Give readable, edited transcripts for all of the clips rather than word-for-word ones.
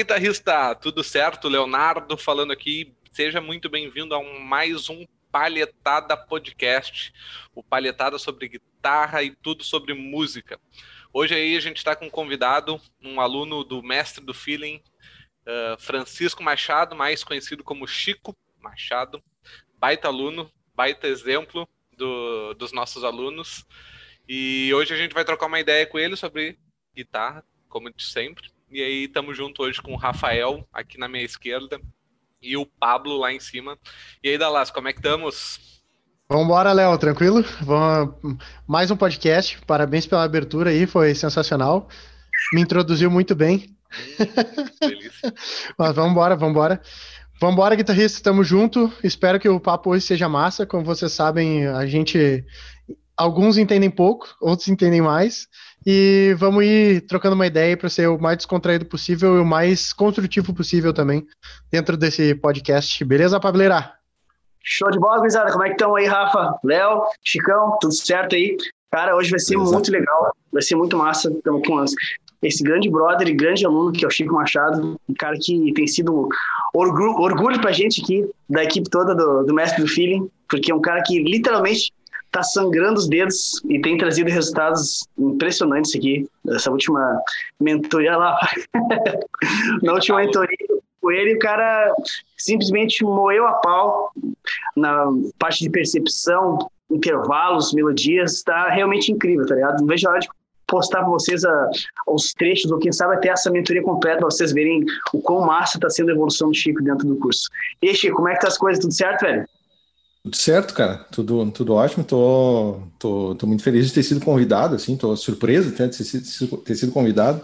guitarrista, tudo certo? Leonardo falando aqui. Seja muito bem-vindo a mais um Palhetada Podcast, o Palhetada sobre guitarra e tudo sobre música. Hoje aí a gente está com um convidado, um aluno do mestre do feeling, Francisco Machado, mais conhecido como Chico Machado, baita aluno, baita exemplo dos nossos alunos. E hoje a gente vai trocar uma ideia com ele sobre guitarra, como de sempre. E aí estamos junto hoje com o Rafael, aqui na minha esquerda, e o Pablo lá em cima. E aí, Dallas, como é que estamos? Vambora, Léo, tranquilo? Mais um podcast, parabéns pela abertura aí, foi sensacional. Me introduziu muito bem. Delícia. Mas vambora. Vambora, guitarrista, tamo junto. Espero que o papo hoje seja massa. Como vocês sabem, alguns entendem pouco, outros entendem mais. E vamos ir trocando uma ideia para ser o mais descontraído possível e o mais construtivo possível também dentro desse podcast. Beleza, Pableira? Show de bola, gurizada. Como é que estão aí, Rafa, Léo, Chicão? Tudo certo aí? Cara, hoje vai ser muito legal, vai ser muito massa. Estamos com esse grande brother e grande aluno que é o Chico Machado, um cara que tem sido orgulho pra gente aqui, da equipe toda do Mestre do Feeling, porque é um cara que literalmente tá sangrando os dedos e tem trazido resultados impressionantes aqui. Essa última mentoria lá, na última mentoria com ele, o cara simplesmente moeu a pau na parte de percepção, intervalos, melodias, tá realmente incrível, tá ligado? Não vejo a hora de postar para vocês os trechos, ou quem sabe até essa mentoria completa, para vocês verem o quão massa tá sendo a evolução do Chico dentro do curso. E aí, Chico, como é que tá as coisas? Tudo certo, velho? Tudo certo, cara. Tudo ótimo. Tô muito feliz de ter sido convidado, assim. Tô surpreso de ter sido convidado.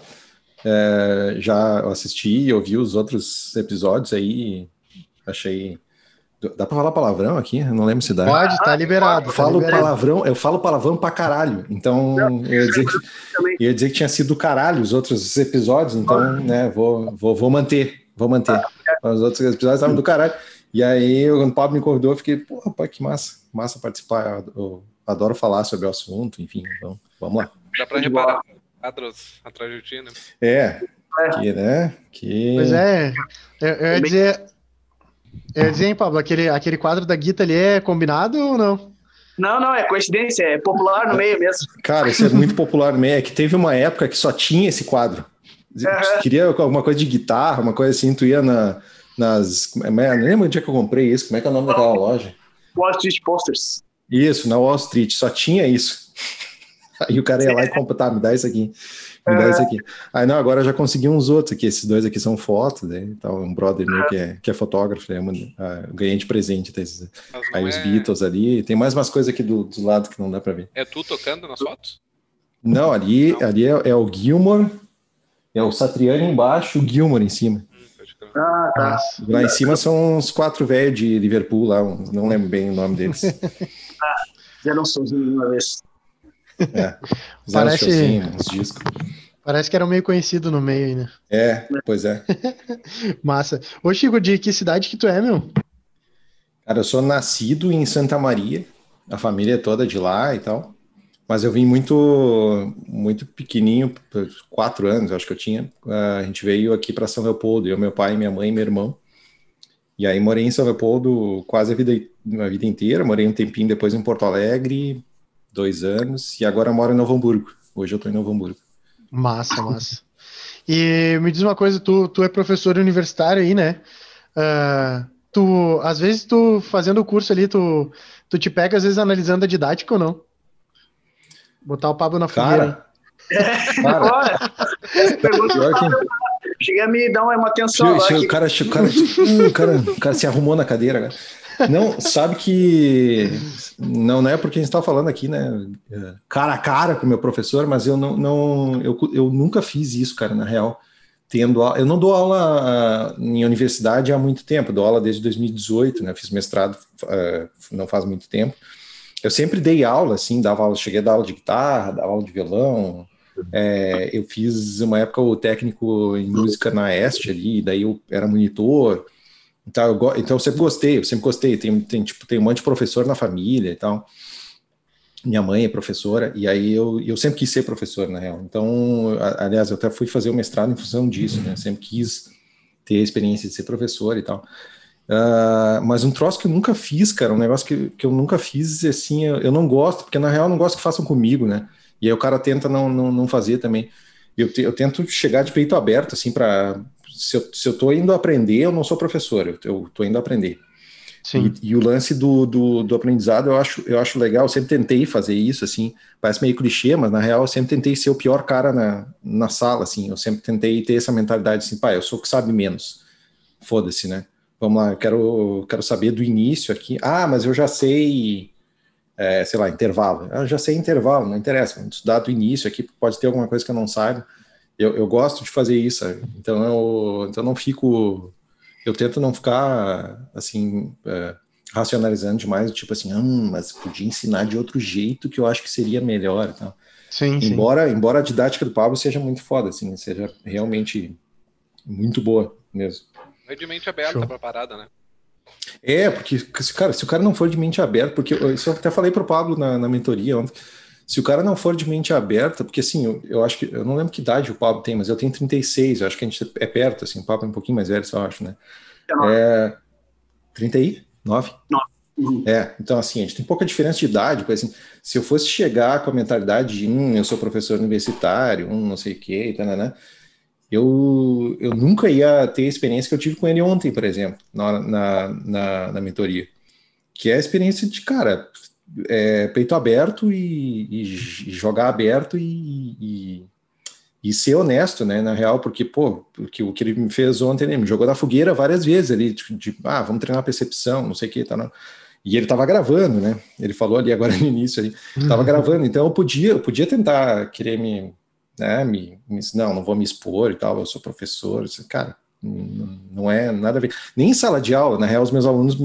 Já assisti e ouvi os outros episódios aí. Achei... Dá pra falar palavrão aqui? Eu não lembro se dá. Pode, tá liberado. Eu falo palavrão pra caralho. Então, eu ia dizer que tinha sido do caralho os outros episódios. Então, né, vou manter. Os outros episódios estavam do caralho. E aí, quando o Pablo me convidou, eu fiquei, porra, pai, que massa participar. Eu adoro falar sobre o assunto, enfim, então, vamos lá. Dá pra reparar a trajetória, né? Pois é, eu ia dizer, hein, Pablo, aquele quadro da guitarra ali é combinado ou não? Não, é coincidência, é popular no meio mesmo. Cara, isso é muito popular no meio, é que teve uma época que só tinha esse quadro. Se queria alguma coisa de guitarra, uma coisa assim, tu ia não lembro onde é que eu comprei isso, como é que é o nome daquela loja? Wall Street Posters. Isso, na Wall Street, só tinha isso. Aí o cara ia lá e compra, me dá isso aqui, isso aqui. Aí não, agora eu já consegui uns outros aqui, esses dois aqui são fotos, né, então, um brother meu que é fotógrafo, eu ganhei de presente desses. Aí os Beatles ali, tem mais umas coisas aqui do lado que não dá pra ver. É tu tocando nas fotos? Não, ali é o Gilmour, é o Satriani embaixo, o Gilmour em cima. Tá. Lá em cima são uns 4 velhos de Liverpool lá, não lembro bem o nome deles. Fizeram um somzinho uma vez. Fizeram um showzinho, uns discos. Parece que era meio conhecido no meio aí, né? Pois é. Massa. Ô, Chico, de que cidade que tu é, meu? Cara, eu sou nascido em Santa Maria, a família é toda de lá e tal. Mas eu vim muito pequenininho, 4 anos, acho que eu tinha. A gente veio aqui para São Leopoldo, eu, meu pai, minha mãe e meu irmão. E aí morei em São Leopoldo quase a vida inteira. Morei um tempinho depois em Porto Alegre, 2 anos. E agora moro em Novo Hamburgo. Hoje eu tô em Novo Hamburgo. Massa. E me diz uma coisa, tu é professor universitário aí, né? Às vezes tu fazendo o curso ali, tu te pega às vezes analisando a didática ou não? Botar o Pablo na fogueira. Cara. Cheguei a me dar uma atenção lá. O cara se arrumou na cadeira, cara. Não, sabe que... Não é porque a gente está falando aqui, né? Cara a cara com o meu professor, mas eu nunca fiz isso, cara, na real. Eu não dou aula em universidade há muito tempo, dou aula desde 2018, né? Fiz mestrado não faz muito tempo. Eu sempre dei aula, assim, cheguei a dar aula de guitarra, dar aula de violão. Eu fiz uma época o técnico em música na Este ali, daí eu era monitor. Então eu sempre gostei. Tem um monte de professor na família e tal. Minha mãe é professora, e aí eu sempre quis ser professor, na real. Então, aliás, eu até fui fazer o mestrado em função disso, né? Sempre quis ter a experiência de ser professor e tal. Mas um troço que eu nunca fiz, cara, um negócio que eu nunca fiz, assim, eu não gosto, porque na real eu não gosto que façam comigo, né? E aí o cara tenta não fazer também. Eu tento chegar de peito aberto, assim, se eu tô indo aprender, eu não sou professor, eu tô indo aprender. Sim. E o lance do aprendizado eu acho legal, eu sempre tentei fazer isso, assim, parece meio clichê, mas na real eu sempre tentei ser o pior cara na sala, assim, eu sempre tentei ter essa mentalidade assim, eu sou o que sabe menos, foda-se, né? Vamos lá, eu quero saber do início aqui, mas eu já sei, sei lá, intervalo, eu já sei intervalo, não interessa, vamos estudar do início aqui, pode ter alguma coisa que eu não saiba, eu gosto de fazer isso, sabe? Então eu não fico... Eu tento não ficar, assim, racionalizando demais, tipo assim, mas podia ensinar de outro jeito que eu acho que seria melhor. Então. Sim, embora a didática do Pablo seja muito foda, assim, seja realmente muito boa mesmo. É de mente aberta pra parada, né? Porque, cara, se o cara não for de mente aberta, porque isso eu até falei pro Pablo na mentoria ontem, se o cara não for de mente aberta, porque assim, eu acho que, eu não lembro que idade o Pablo tem, mas eu tenho 36, eu acho que a gente é perto, assim, o Pablo é um pouquinho mais velho, só acho, né? 39? Uhum. Então assim, a gente tem pouca diferença de idade, porque, assim, se eu fosse chegar com a mentalidade de eu sou professor universitário, não sei o que, né? Eu nunca ia ter a experiência que eu tive com ele ontem, por exemplo, na mentoria, que é a experiência de, cara, peito aberto e jogar aberto e ser honesto, né, na real, porque o que ele me fez ontem, ele me jogou na fogueira várias vezes ali, vamos treinar a percepção, não sei o que, tá, não. E ele tava gravando, né, ele falou ali agora no início, ali, tava gravando, então eu podia tentar querer não vou me expor e tal, eu sou professor, cara, não é nada a ver, nem em sala de aula, na real, os meus alunos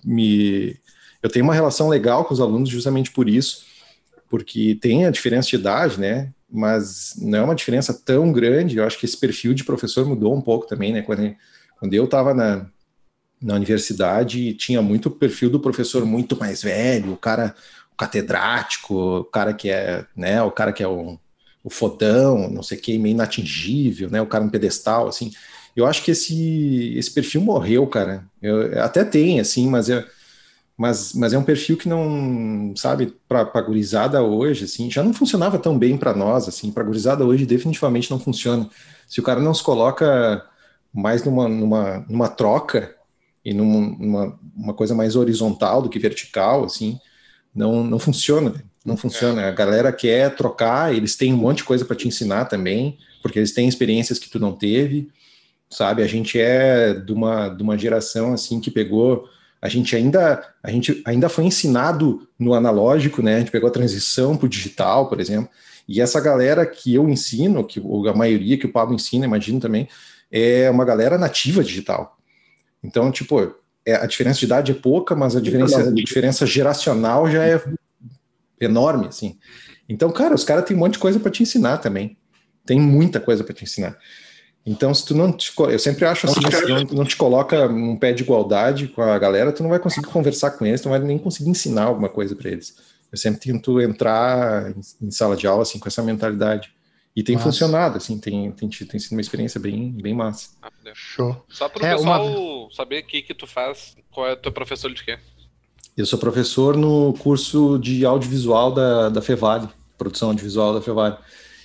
eu tenho uma relação legal com os alunos justamente por isso, porque tem a diferença de idade, né? Mas não é uma diferença tão grande. Eu acho que esse perfil de professor mudou um pouco também, né? Quando eu estava na universidade, tinha muito o perfil do professor muito mais velho, o catedrático, o cara que é, né? O cara que é o fodão, não sei o que, meio inatingível, né? O cara no pedestal, assim. Eu acho que esse perfil morreu, cara. Até tem, assim, mas é um perfil que não, sabe, para gurizada hoje, assim, já não funcionava tão bem para nós, assim, para gurizada hoje definitivamente não funciona. Se o cara não se coloca mais numa troca e numa coisa mais horizontal do que vertical, assim, não funciona, não funciona. A galera quer trocar, eles têm um monte de coisa para te ensinar também, porque eles têm experiências que tu não teve, sabe? A gente é de uma geração, assim, que pegou... A gente ainda foi ensinado no analógico, né? A gente pegou a transição para o digital, por exemplo. E essa galera que eu ensino, que a maioria que o Pablo ensina, imagino também, é uma galera nativa digital. Então, tipo, a diferença de idade é pouca, mas a diferença geracional já é enorme, assim. Então, cara, os caras têm um monte de coisa para te ensinar também. Tem muita coisa para te ensinar. Então, se tu eu sempre acho assim, se não te coloca num pé de igualdade com a galera, tu não vai conseguir conversar com eles, tu não vai nem conseguir ensinar alguma coisa para eles. Eu sempre tento entrar em sala de aula assim com essa mentalidade. E tem funcionado, assim, tem sido uma experiência bem massa. Show. Só para o pessoal saber o que tu faz, qual é o teu professor de quê? Eu sou professor no curso de audiovisual da Fevale, produção audiovisual da Fevale.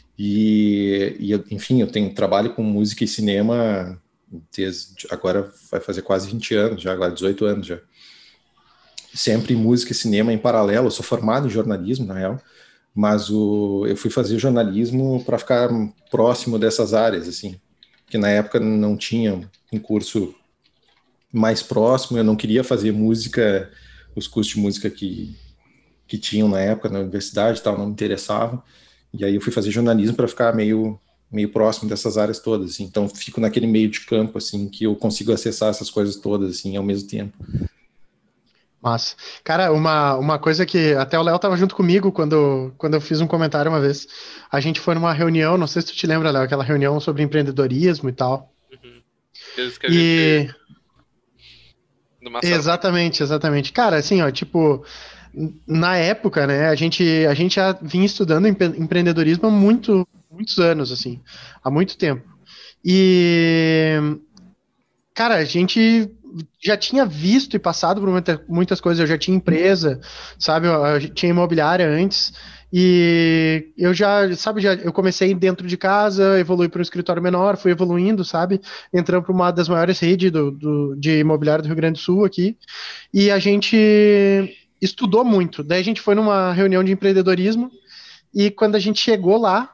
Enfim, eu trabalho com música e cinema agora vai fazer quase 20 anos já, agora 18 anos já. Sempre música e cinema em paralelo. Eu sou formado em jornalismo, na real, mas eu fui fazer jornalismo para ficar próximo dessas áreas, assim, que na época não tinha um curso mais próximo, eu não queria fazer música, os cursos de música que tinham na época na universidade e tal, não me interessavam. E aí eu fui fazer jornalismo para ficar meio próximo dessas áreas todas, assim. Então fico naquele meio de campo, assim, que eu consigo acessar essas coisas todas, assim, ao mesmo tempo. Massa. Cara, uma coisa que até o Léo tava junto comigo quando eu fiz um comentário uma vez. A gente foi numa reunião, não sei se tu te lembra, Léo, aquela reunião sobre empreendedorismo e tal. Uhum. Que Exatamente. Cara, assim, ó, tipo, na época, né, a gente já vinha estudando empreendedorismo há muitos anos, assim, há muito tempo. E Cara, a gente já tinha visto e passado por muitas coisas. Eu já tinha empresa, sabe? Eu tinha imobiliária antes. E eu já, sabe, eu comecei dentro de casa, evolui para um escritório menor, fui evoluindo, sabe? Entrando para uma das maiores redes de imobiliário do Rio Grande do Sul aqui. E a gente estudou muito. Daí a gente foi numa reunião de empreendedorismo. E quando a gente chegou lá,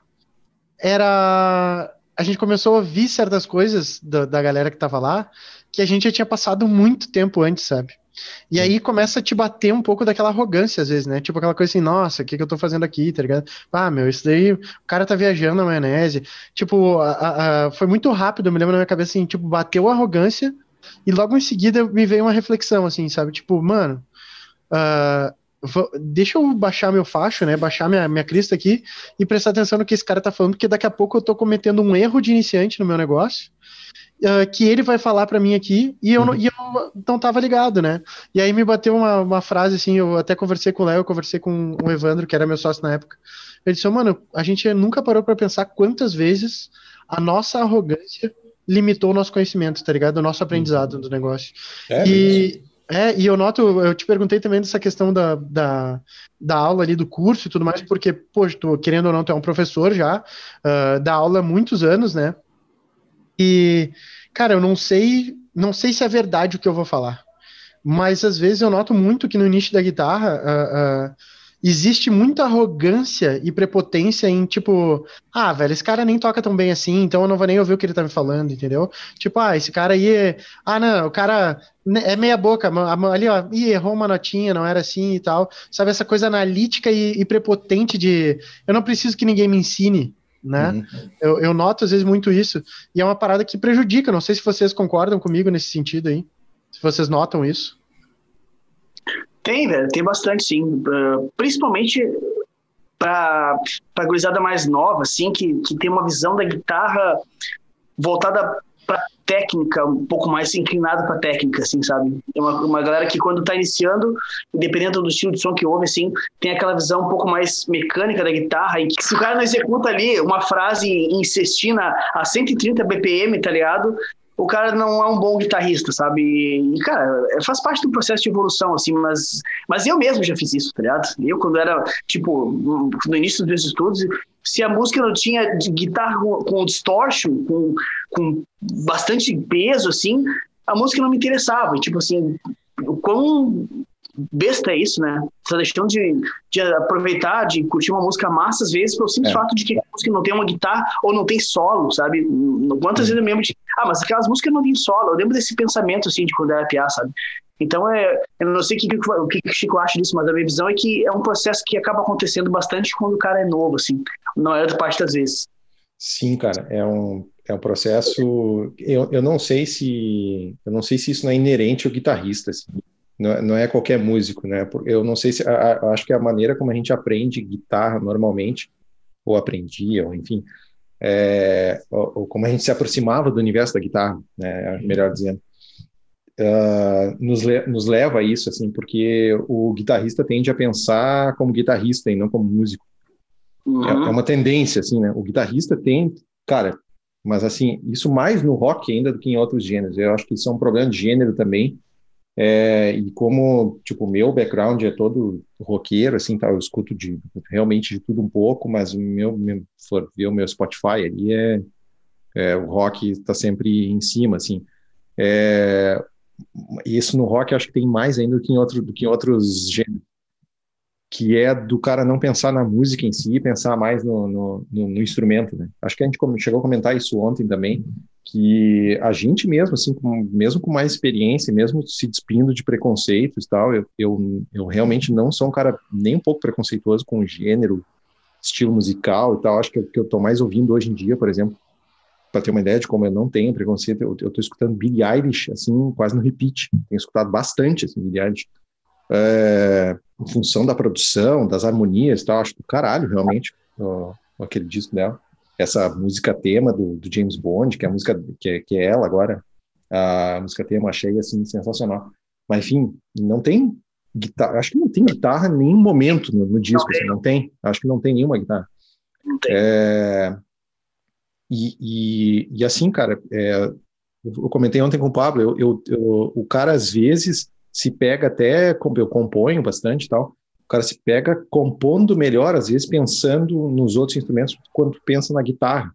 a gente começou a ouvir certas coisas da galera que tava lá que a gente já tinha passado muito tempo antes, sabe? E aí começa a te bater um pouco daquela arrogância às vezes, né? Tipo aquela coisa assim, nossa, o que que eu tô fazendo aqui, tá ligado? Ah, meu, isso daí, o cara tá viajando na maionese. Tipo, foi muito rápido, eu me lembro na minha cabeça assim, tipo, bateu a arrogância e logo em seguida me veio uma reflexão, assim, sabe? Tipo, mano, ah, deixa eu baixar meu facho, né? Baixar minha crista aqui e prestar atenção no que esse cara tá falando, porque daqui a pouco eu tô cometendo um erro de iniciante no meu negócio, que ele vai falar pra mim aqui e eu não tava ligado, né? E aí me bateu uma frase assim, eu até conversei com o Léo, eu conversei com o Evandro, que era meu sócio na época. Ele disse, mano, a gente nunca parou pra pensar quantas vezes a nossa arrogância limitou o nosso conhecimento, tá ligado? O nosso aprendizado do negócio. Bem isso. E eu noto, eu te perguntei também dessa questão da aula ali, do curso e tudo mais, porque, pô, tu, querendo ou não, tu é um professor já, dá aula há muitos anos, né? E, cara, eu não sei se é verdade o que eu vou falar, mas às vezes eu noto muito que no nicho da guitarra existe muita arrogância e prepotência em tipo, ah, velho, esse cara nem toca tão bem assim, então eu não vou nem ouvir o que ele tá me falando, entendeu? Tipo, esse cara aí ah, não, o cara é meia boca, ali, ó, errou uma notinha, não era assim e tal, sabe, essa coisa analítica e prepotente de eu não preciso que ninguém me ensine, né? Uhum. Eu noto às vezes muito isso, e é uma parada que prejudica, não sei se vocês concordam comigo nesse sentido aí, se vocês notam isso. Tem, velho, tem bastante, sim. Principalmente para gurizada mais nova, assim, que tem uma visão da guitarra voltada para técnica, um pouco mais inclinada para técnica, assim, sabe? É uma galera que quando tá iniciando, dependendo do estilo de som que ouve, assim, tem aquela visão um pouco mais mecânica da guitarra, e que se o cara não executa ali uma frase em sextina a 130 BPM, tá ligado? O cara não é um bom guitarrista, sabe? E, cara, faz parte do processo de evolução, assim, mas eu mesmo já fiz isso, tá ligado? Eu, quando era, tipo, no início dos meus estudos, se a música não tinha de guitarra com distortion, com bastante peso, assim, a música não me interessava. E, tipo assim, o quão besta é isso, né? Você tá deixando de aproveitar, de curtir uma música massa, às vezes, pelo simples fato de que a música não tem uma guitarra ou não tem solo, sabe? Quantas vezes eu mesmo mas aquelas músicas não tem solo. Eu lembro desse pensamento, assim, de quando era piá, sabe? Então, eu não sei o que o Chico acha disso, mas a minha visão é que é um processo que acaba acontecendo bastante quando o cara é novo, assim, na maior parte das vezes. Sim, cara, é um processo. Eu não sei se isso não é inerente ao guitarrista, assim. Não é qualquer músico, né? Eu não sei se acho que a maneira como a gente aprende guitarra normalmente, ou aprendia, ou enfim, ou como a gente se aproximava do universo da guitarra, né? Melhor dizendo, nos leva a isso, assim, porque o guitarrista tende a pensar como guitarrista e não como músico. É uma tendência, assim, né? O guitarrista tem, cara, mas assim, isso mais no rock ainda do que em outros gêneros. Eu acho que isso é um problema de gênero também. E como, tipo, o meu background é todo roqueiro, assim, tá, eu escuto realmente de tudo um pouco, mas se for ver o meu Spotify ali, o rock está sempre em cima, assim. Isso no rock eu acho que tem mais ainda do que em outros gêneros, que é do cara não pensar na música em si, pensar mais no instrumento, né? Acho que a gente chegou a comentar isso ontem também, que a gente mesmo, assim, mesmo com mais experiência, mesmo se despindo de preconceitos e tal, eu realmente não sou um cara nem um pouco preconceituoso com gênero, estilo musical e tal. Acho que o que eu tô mais ouvindo hoje em dia, por exemplo, para ter uma ideia de como eu não tenho preconceito, eu tô escutando Billie Eilish, assim, quase no repeat. Tenho escutado bastante, assim, Billie Eilish. Em função da produção, das harmonias e tal, acho do caralho, realmente, aquele disco dela. Essa música tema do James Bond, que é a música que é ela agora, a música tema, achei, assim, sensacional. Mas, enfim, não tem guitarra, acho que não tem guitarra em nenhum momento no disco, assim, não tem, acho que não tem nenhuma guitarra. Não tem. E assim, cara, eu comentei ontem com o Pablo, o cara às vezes se pega até, eu componho bastante e tal, o cara se pega compondo melhor, às vezes pensando nos outros instrumentos quando pensa na guitarra.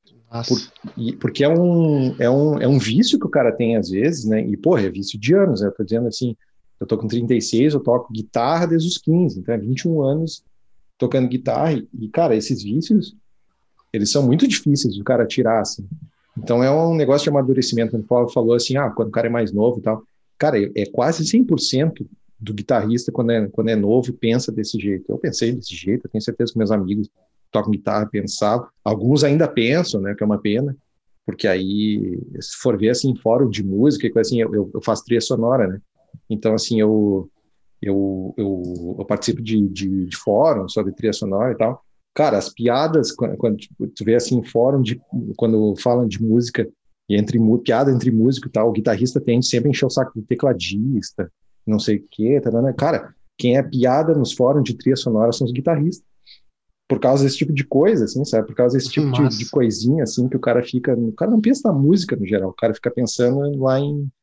Porque é um vício que o cara tem às vezes, né? E, porra, é vício de anos, né? Eu tô dizendo assim, eu tô com 36, eu toco guitarra desde os 15, então é 21 anos tocando guitarra, e cara, esses vícios, eles são muito difíceis do cara tirar, assim. Então é um negócio de amadurecimento. Quando o Paulo falou assim, quando o cara é mais novo e tal, cara, é quase 100% do guitarrista quando é novo pensa desse jeito. Eu pensei desse jeito, eu tenho certeza que meus amigos tocam guitarra pensavam. Alguns ainda pensam, né, que é uma pena, porque aí, se for ver assim, fórum de música, assim, eu faço trilha sonora, né? Então, assim, eu participo de fórum sobre trilha sonora e tal. Cara, as piadas, quando tu vê assim, fórum, quando falam de música, e piada entre músico e tal, o guitarrista tende sempre a encher o saco do tecladista, não sei o quê, né? Cara, quem é piada nos fóruns de trilha sonora são os guitarristas. Por causa desse tipo de coisa, assim, sabe? Por causa desse tipo de coisinha, assim, que o cara não pensa na música, no geral. O cara fica pensando lá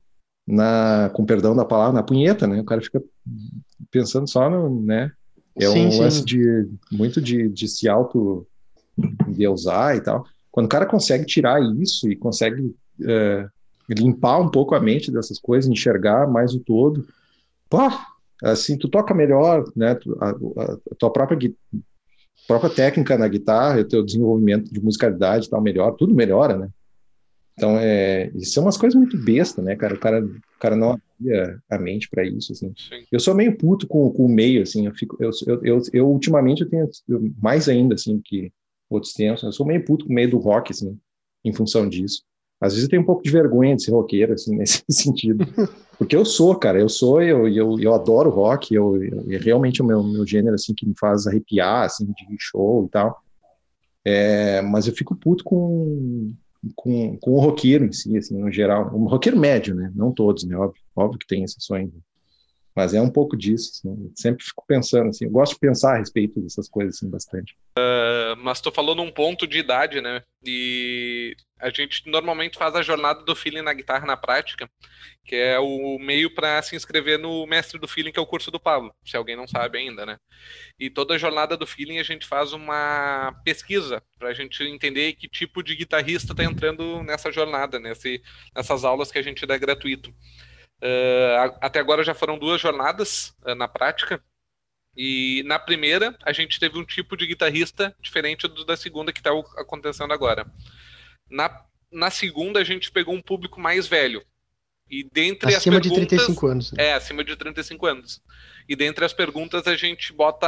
com perdão da palavra, na punheta, né? O cara fica pensando só no, né? É um lance muito de se auto-endeusar e tal. Quando o cara consegue tirar isso e consegue limpar um pouco a mente dessas coisas, enxergar mais o todo, pá, assim, tu toca melhor, né? A tua própria técnica na guitarra, o teu desenvolvimento de musicalidade e tal melhora, tudo melhora, né? Então, isso são umas coisas muito besta, né, cara? O cara não abria a mente para isso, assim. Sim. Eu sou meio puto com o meio, assim. Eu ultimamente eu tenho mais ainda, assim, que outros tempos. Eu sou meio puto com o meio do rock, assim, em função disso. Às vezes eu tenho um pouco de vergonha de ser roqueiro, assim, nesse sentido. Porque eu sou, cara. Eu adoro rock. É realmente o meu gênero, assim, que me faz arrepiar, assim, de show e tal. Mas eu fico puto com o roqueiro em si, assim, no geral. Um roqueiro médio, né? Não todos, né? Óbvio que tem exceções. Né? Mas é um pouco disso, assim. Eu sempre fico pensando, assim. Eu gosto de pensar a respeito dessas coisas, assim, bastante. Mas tu falou num ponto de idade, né? E a gente normalmente faz a jornada do feeling na guitarra na prática, que é o meio para se inscrever no Mestre do Feeling, que é o curso do Pablo, se alguém não sabe ainda, né? E toda a jornada do feeling a gente faz uma pesquisa para a gente entender que tipo de guitarrista está entrando nessa jornada, nessas aulas que a gente dá gratuito. Até agora já foram 2 jornadas na prática, e na primeira a gente teve um tipo de guitarrista diferente da segunda que está acontecendo agora. Na segunda a gente pegou um público mais velho. E dentre acima as perguntas, de 35 anos. Né? Acima de 35 anos. E dentre as perguntas a gente bota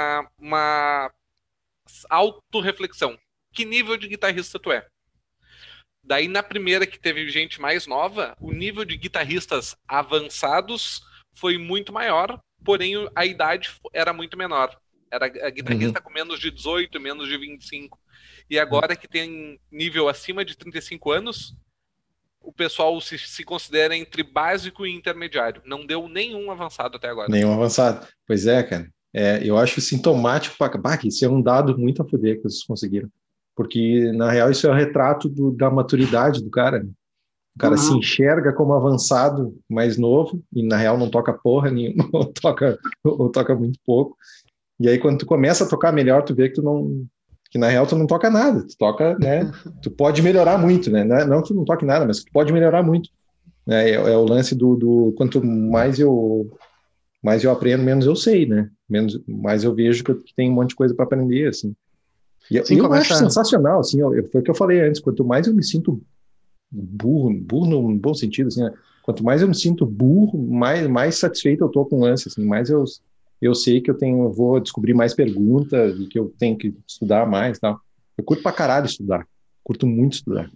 uma autorreflexão. Que nível de guitarrista tu é? Daí na primeira, que teve gente mais nova, o nível de guitarristas avançados foi muito maior, porém a idade era muito menor. Era a guitarrista com menos de 18, menos de 25. E agora que tem nível acima de 35 anos, o pessoal se considera entre básico e intermediário. Não deu nenhum avançado até agora. Nenhum avançado. Pois é, cara. Eu acho sintomático que isso é um dado muito a foder que vocês conseguiram. Porque, na real, isso é o retrato da maturidade do cara. Né? O cara se enxerga como avançado, mais novo, e, na real, não toca porra nenhuma, ou toca muito pouco. E aí, quando tu começa a tocar melhor, tu vê que na real tu não toca nada, tu toca, né? Tu pode melhorar muito, né? Não que tu não toque nada, mas tu pode melhorar muito. É o lance do quanto mais eu aprendo, menos eu sei, né? Mais eu vejo que tem um monte de coisa para aprender, assim. E eu acho sensacional, assim, foi o que eu falei antes, quanto mais eu me sinto burro num bom sentido, assim, né? Quanto mais eu me sinto burro, mais satisfeito eu tô com o lance, assim, mais eu sei que eu vou descobrir mais perguntas e que eu tenho que estudar mais e tal. Eu curto pra caralho estudar. Curto muito estudar.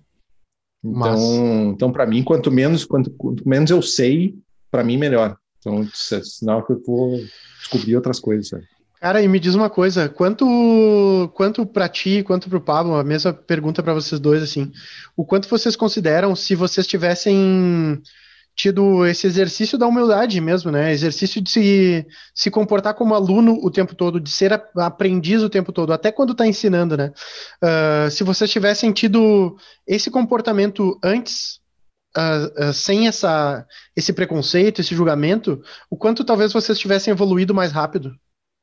Então para mim, quanto menos eu sei, para mim, melhor. Então, é sinal que eu vou descobrir outras coisas, sabe? Cara, e me diz uma coisa, quanto pra ti, quanto pro Pablo, a mesma pergunta pra vocês dois, assim, o quanto vocês consideram, se vocês tivessem tido esse exercício da humildade mesmo, né? Exercício de se comportar como aluno o tempo todo, de ser aprendiz o tempo todo, até quando tá ensinando, né? Se vocês tivessem tido esse comportamento antes, sem esse preconceito, esse julgamento, o quanto talvez vocês tivessem evoluído mais rápido?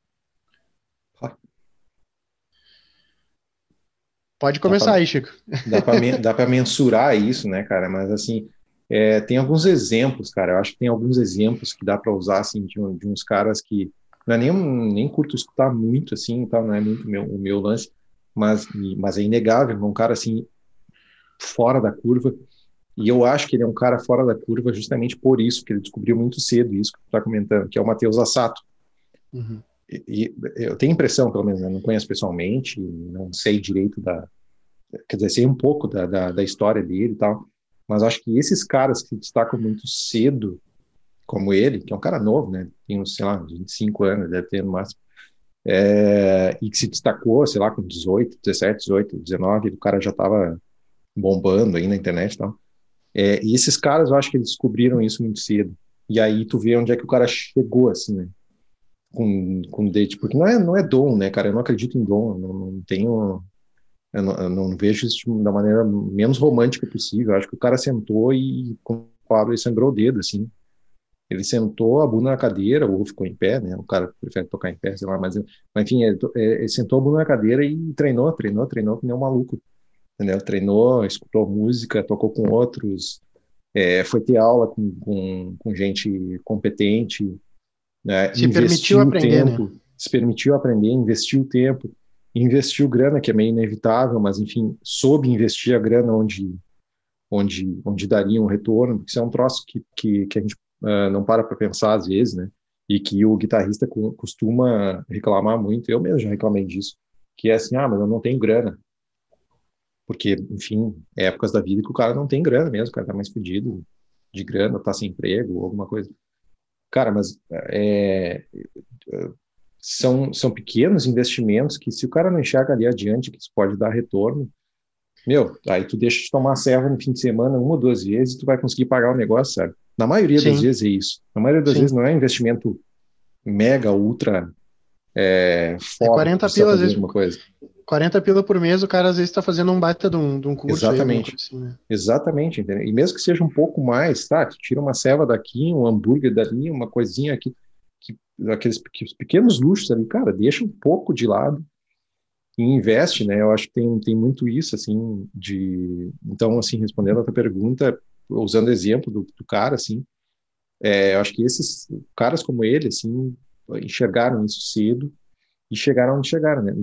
Pode começar aí, Chico. Dá para mensurar isso, né, cara? Mas assim, tem alguns exemplos, cara. Eu acho que tem alguns exemplos que dá para usar, assim, de uns caras que não é nem curto escutar muito, assim, tal, não é muito o meu lance, mas é inegável, um cara assim fora da curva. E eu acho que ele é um cara fora da curva justamente por isso, que ele descobriu muito cedo isso que tu está comentando, que é o Matheus Assato. Uhum. E eu tenho impressão, pelo menos, eu não conheço pessoalmente, não sei direito quer dizer, sei um pouco da história dele e tal, mas acho que esses caras que se destacam muito cedo, como ele, que é um cara novo, né, tem uns, sei lá, 25 anos, deve ter no máximo, e que se destacou, sei lá, com 18, 17, 18, 19, o cara já estava bombando aí na internet e tal. E esses caras, eu acho que eles descobriram isso muito cedo. E aí tu vê onde é que o cara chegou, assim, né? Com date, porque não é dom, né, cara? Eu não acredito em dom, não tenho. Eu não vejo isso da maneira menos romântica possível. Eu acho que o cara sentou e, com o Pablo, ele sangrou o dedo, assim. Ele sentou a bunda na cadeira, ou ficou em pé, né? O cara prefere tocar em pé, sei lá, mas enfim, ele sentou a bunda na cadeira e treinou que nem um maluco. Entendeu? Treinou, escutou música, tocou com outros, foi ter aula com gente competente, né? Se permitiu aprender, né? Se permitiu aprender, investiu tempo, investiu grana, que é meio inevitável, mas enfim, soube investir a grana onde daria um retorno, porque isso é um troço que a gente não para pensar às vezes, né? E que o guitarrista costuma reclamar muito, eu mesmo já reclamei disso, que é assim, mas eu não tenho grana. Porque, enfim, épocas da vida que o cara não tem grana mesmo, o cara tá mais fudido de grana, tá sem emprego, ou alguma coisa. Cara, mas são pequenos investimentos que, se o cara não enxerga ali adiante que isso pode dar retorno, aí tu deixa de tomar serva no fim de semana 1 ou 2 vezes e tu vai conseguir pagar o negócio, sabe? Na maioria das vezes é isso. Na maioria das vezes não é investimento mega, ultra foda 40 que pila, às fazer vezes, alguma coisa. 40 pila por mês, o cara às vezes está fazendo um baita de um curso aí, alguma Exatamente. coisa assim, né? Exatamente, entendeu? E mesmo que seja um pouco mais, tá? Tu tira uma ceva daqui, um hambúrguer dali, uma coisinha aqui, aqueles pequenos luxos ali, cara, deixa um pouco de lado e investe, né? Eu acho que tem muito isso, assim, Então, assim, respondendo a tua pergunta, usando o exemplo do cara, assim, eu acho que esses caras como ele, assim, enxergaram isso cedo e chegaram onde chegaram, né?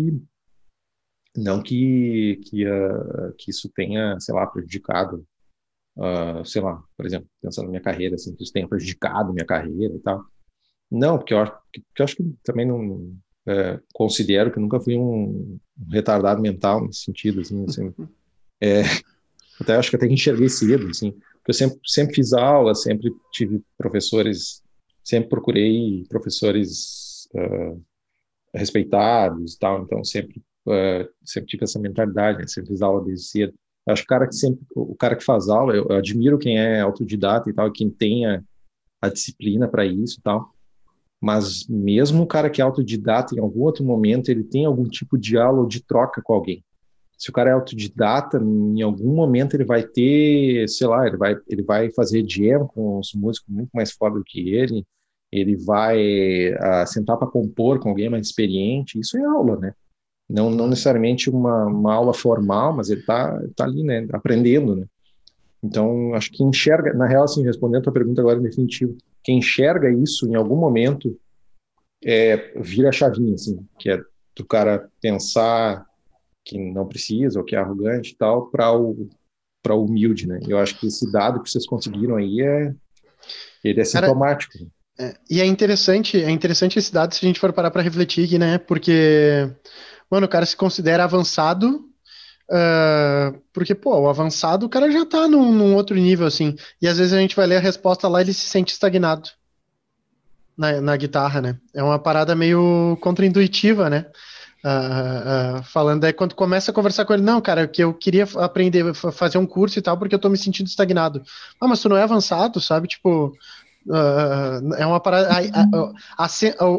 Não que isso tenha, sei lá, prejudicado, sei lá, por exemplo, pensando na minha carreira, assim, que isso tenha prejudicado minha carreira e tal. Não, porque eu acho que também não considero que eu nunca fui um retardado mental nesse sentido, assim, até acho que até enxerguei cedo, assim, porque eu sempre fiz aula, sempre tive professores, sempre procurei professores respeitados e tal, então sempre tive essa mentalidade, né? Sempre fiz aula desde cedo. Eu acho que o cara que faz aula, eu admiro quem é autodidata e tal, quem tem a disciplina para isso e tal, mas mesmo o cara que é autodidata, em algum outro momento, ele tem algum tipo de aula ou de troca com alguém. Se o cara é autodidata, em algum momento ele vai ter, sei lá, ele vai fazer jam com os músicos muito mais foda do que ele vai sentar para compor com alguém mais experiente, isso é aula, né? Não necessariamente uma aula formal, mas ele tá ali, né, aprendendo, né? Então, acho que enxerga, na real, assim, respondendo a tua pergunta agora em definitivo, quem enxerga isso em algum momento vira a chavinha, assim, que é do cara pensar que não precisa, ou que é arrogante e tal, para o humilde, né? Eu acho que esse dado que vocês conseguiram aí ele é sintomático. E é interessante esse dado se a gente for parar para refletir aqui, né? Porque, mano, o cara se considera avançado, porque, pô, o avançado, o cara já tá num outro nível, assim. E às vezes a gente vai ler a resposta lá e ele se sente estagnado na guitarra, né? É uma parada meio contraintuitiva, né? Falando aí, quando começa a conversar com ele, não, cara, que eu queria aprender, fazer um curso e tal, porque eu tô me sentindo estagnado. Mas tu não é avançado, sabe? Tipo, é uma parada.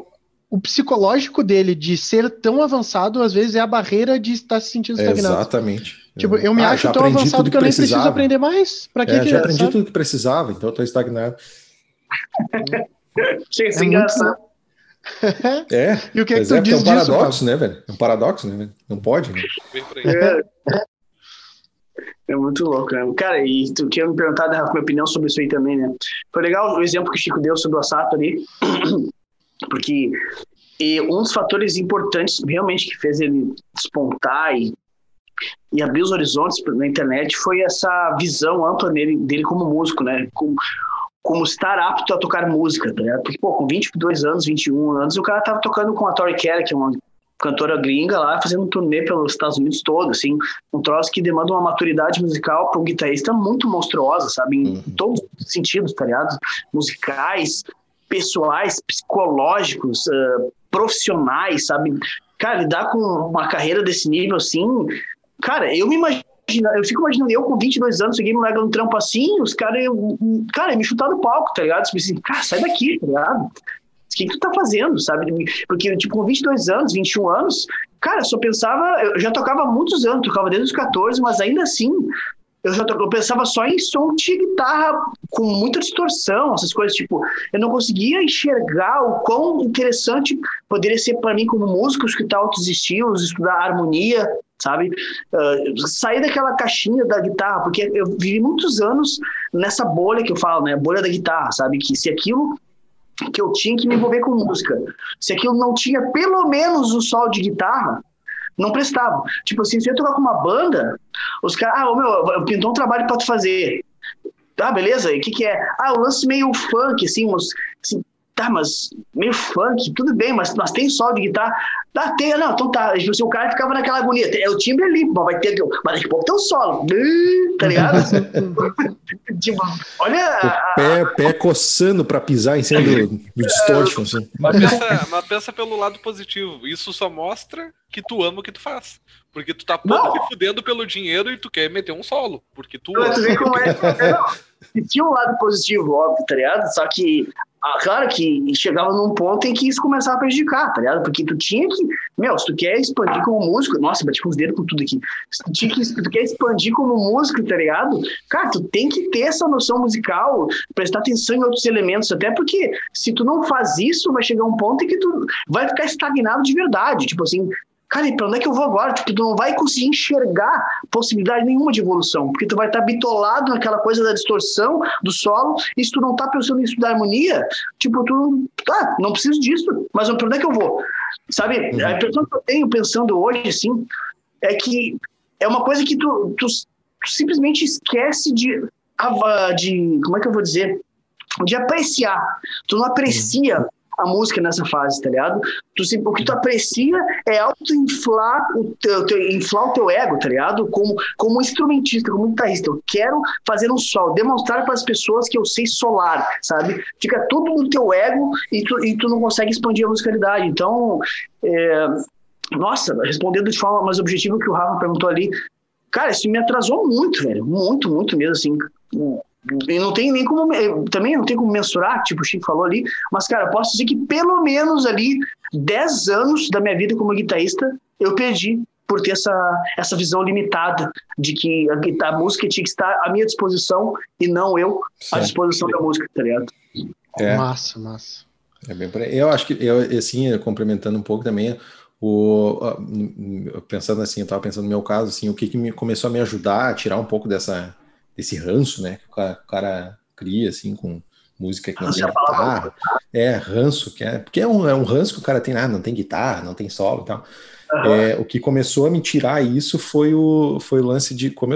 o psicológico dele de ser tão avançado, às vezes, é a barreira de estar se sentindo estagnado. Exatamente. Tipo, eu me acho tão avançado que eu nem preciso aprender mais. Pra que já aprendi tudo que precisava, então eu tô estagnado. Chega a ser engraçado. E o que é que tu diz é um paradoxo, disso, né, velho? É um paradoxo, né, velho? Não pode, né? É muito louco, né? Cara, e tu tinha me perguntado a minha opinião sobre isso aí também, né? Foi legal o exemplo que o Chico deu sobre o Assato ali, porque um dos fatores importantes realmente que fez ele despontar e abrir os horizontes na internet foi essa visão ampla dele como músico, né? Como estar apto a tocar música, tá ligado? Porque, pô, com 22 anos, 21 anos, o cara tava tocando com a Tori Kelly, que é uma cantora gringa lá, fazendo um turnê pelos Estados Unidos todo, assim, um troço que demanda uma maturidade musical para um guitarrista muito monstruosa, sabe? Em todos os sentidos, tá ligado? Musicais, pessoais, psicológicos, profissionais, sabe? Cara, lidar com uma carreira desse nível, assim, cara, eu fico imaginando, eu com 22 anos, cheguei no larga no trampo assim, os caras, me chutar do palco, tá ligado? Tipo assim, cara, sai daqui, tá ligado? O que tu tá fazendo, sabe? Porque, tipo, com 22 anos, 21 anos, cara, eu já tocava há muitos anos, tocava desde os 14, mas ainda assim, eu pensava só em som de guitarra com muita distorção, essas coisas, tipo, eu não conseguia enxergar o quão interessante poderia ser para mim como músico escutar outros estilos, estudar harmonia, sabe? Sair daquela caixinha da guitarra, porque eu vivi muitos anos nessa bolha que eu falo, né? Bolha da guitarra, sabe? Que se aquilo que eu tinha que me envolver com música, se aquilo não tinha pelo menos um solo de guitarra, não prestava. Tipo assim, se eu tocar com uma banda, os caras, eu pintou um trabalho pra tu fazer. Ah, beleza, e o que é? O lance meio funk, assim, tá, mas meio funk, tudo bem, mas tem solo de guitarra? Não, então tá. Tipo assim, o cara ficava naquela agonia, é o timbre ali, mas daqui a pouco tem um solo, tá ligado? Tipo, olha... O pé coçando pra pisar em cima do distortion, assim. Mas pensa pelo lado positivo, isso só mostra que tu ama o que tu faz. Porque tu tá pouco se fudendo pelo dinheiro e tu quer meter um solo, porque tu ama. Tu vê como é. Tinha um lado positivo, óbvio, tá ligado? Só que claro que chegava num ponto em que isso começava a prejudicar, tá ligado? Porque tu tinha que... se tu quer expandir como músico... Nossa, bati com os dedos com tudo aqui. Se tu quer expandir como músico, tá ligado? Cara, tu tem que ter essa noção musical, prestar atenção em outros elementos, até porque se tu não faz isso, vai chegar um ponto em que tu vai ficar estagnado de verdade. Tipo assim... Cara, e pra onde é que eu vou agora? Tipo, tu não vai conseguir enxergar possibilidade nenhuma de evolução, porque tu vai estar bitolado naquela coisa da distorção do solo, e se tu não tá pensando nisso da harmonia, tipo, não preciso disso, mas pra onde é que eu vou? Sabe, a impressão que eu tenho pensando hoje, assim, é que é uma coisa que tu simplesmente esquece de, como é que eu vou dizer? De apreciar. Tu não aprecia a música nessa fase, tá ligado? O que tu aprecia é auto-inflar inflar o teu ego, tá ligado? Como instrumentista, como guitarrista. Eu quero fazer um solo, demonstrar para as pessoas que eu sei solar, sabe? Fica tudo no teu ego e tu não consegue expandir a musicalidade. Então, nossa, respondendo de forma mais objetiva que o Rafa perguntou ali, cara, isso me atrasou muito, velho. Muito, muito mesmo, assim. E não tem nem como, também não tem como mensurar, tipo o Chico falou ali, mas, cara, eu posso dizer que pelo menos ali 10 anos da minha vida como guitarrista eu perdi por ter essa visão limitada de que a música tinha que estar à minha disposição e não eu à disposição da música, tá ligado? Massa. É bem por aí. Eu acho que, assim, complementando um pouco também, pensando assim, eu estava pensando no meu caso, assim, o que começou a me ajudar a tirar um pouco desse ranço, né, que o cara cria, assim, com música que não tem guitarra. Ranço, porque é um ranço que o cara tem, não tem guitarra, não tem solo e tal. O que começou a me tirar isso foi o lance de, como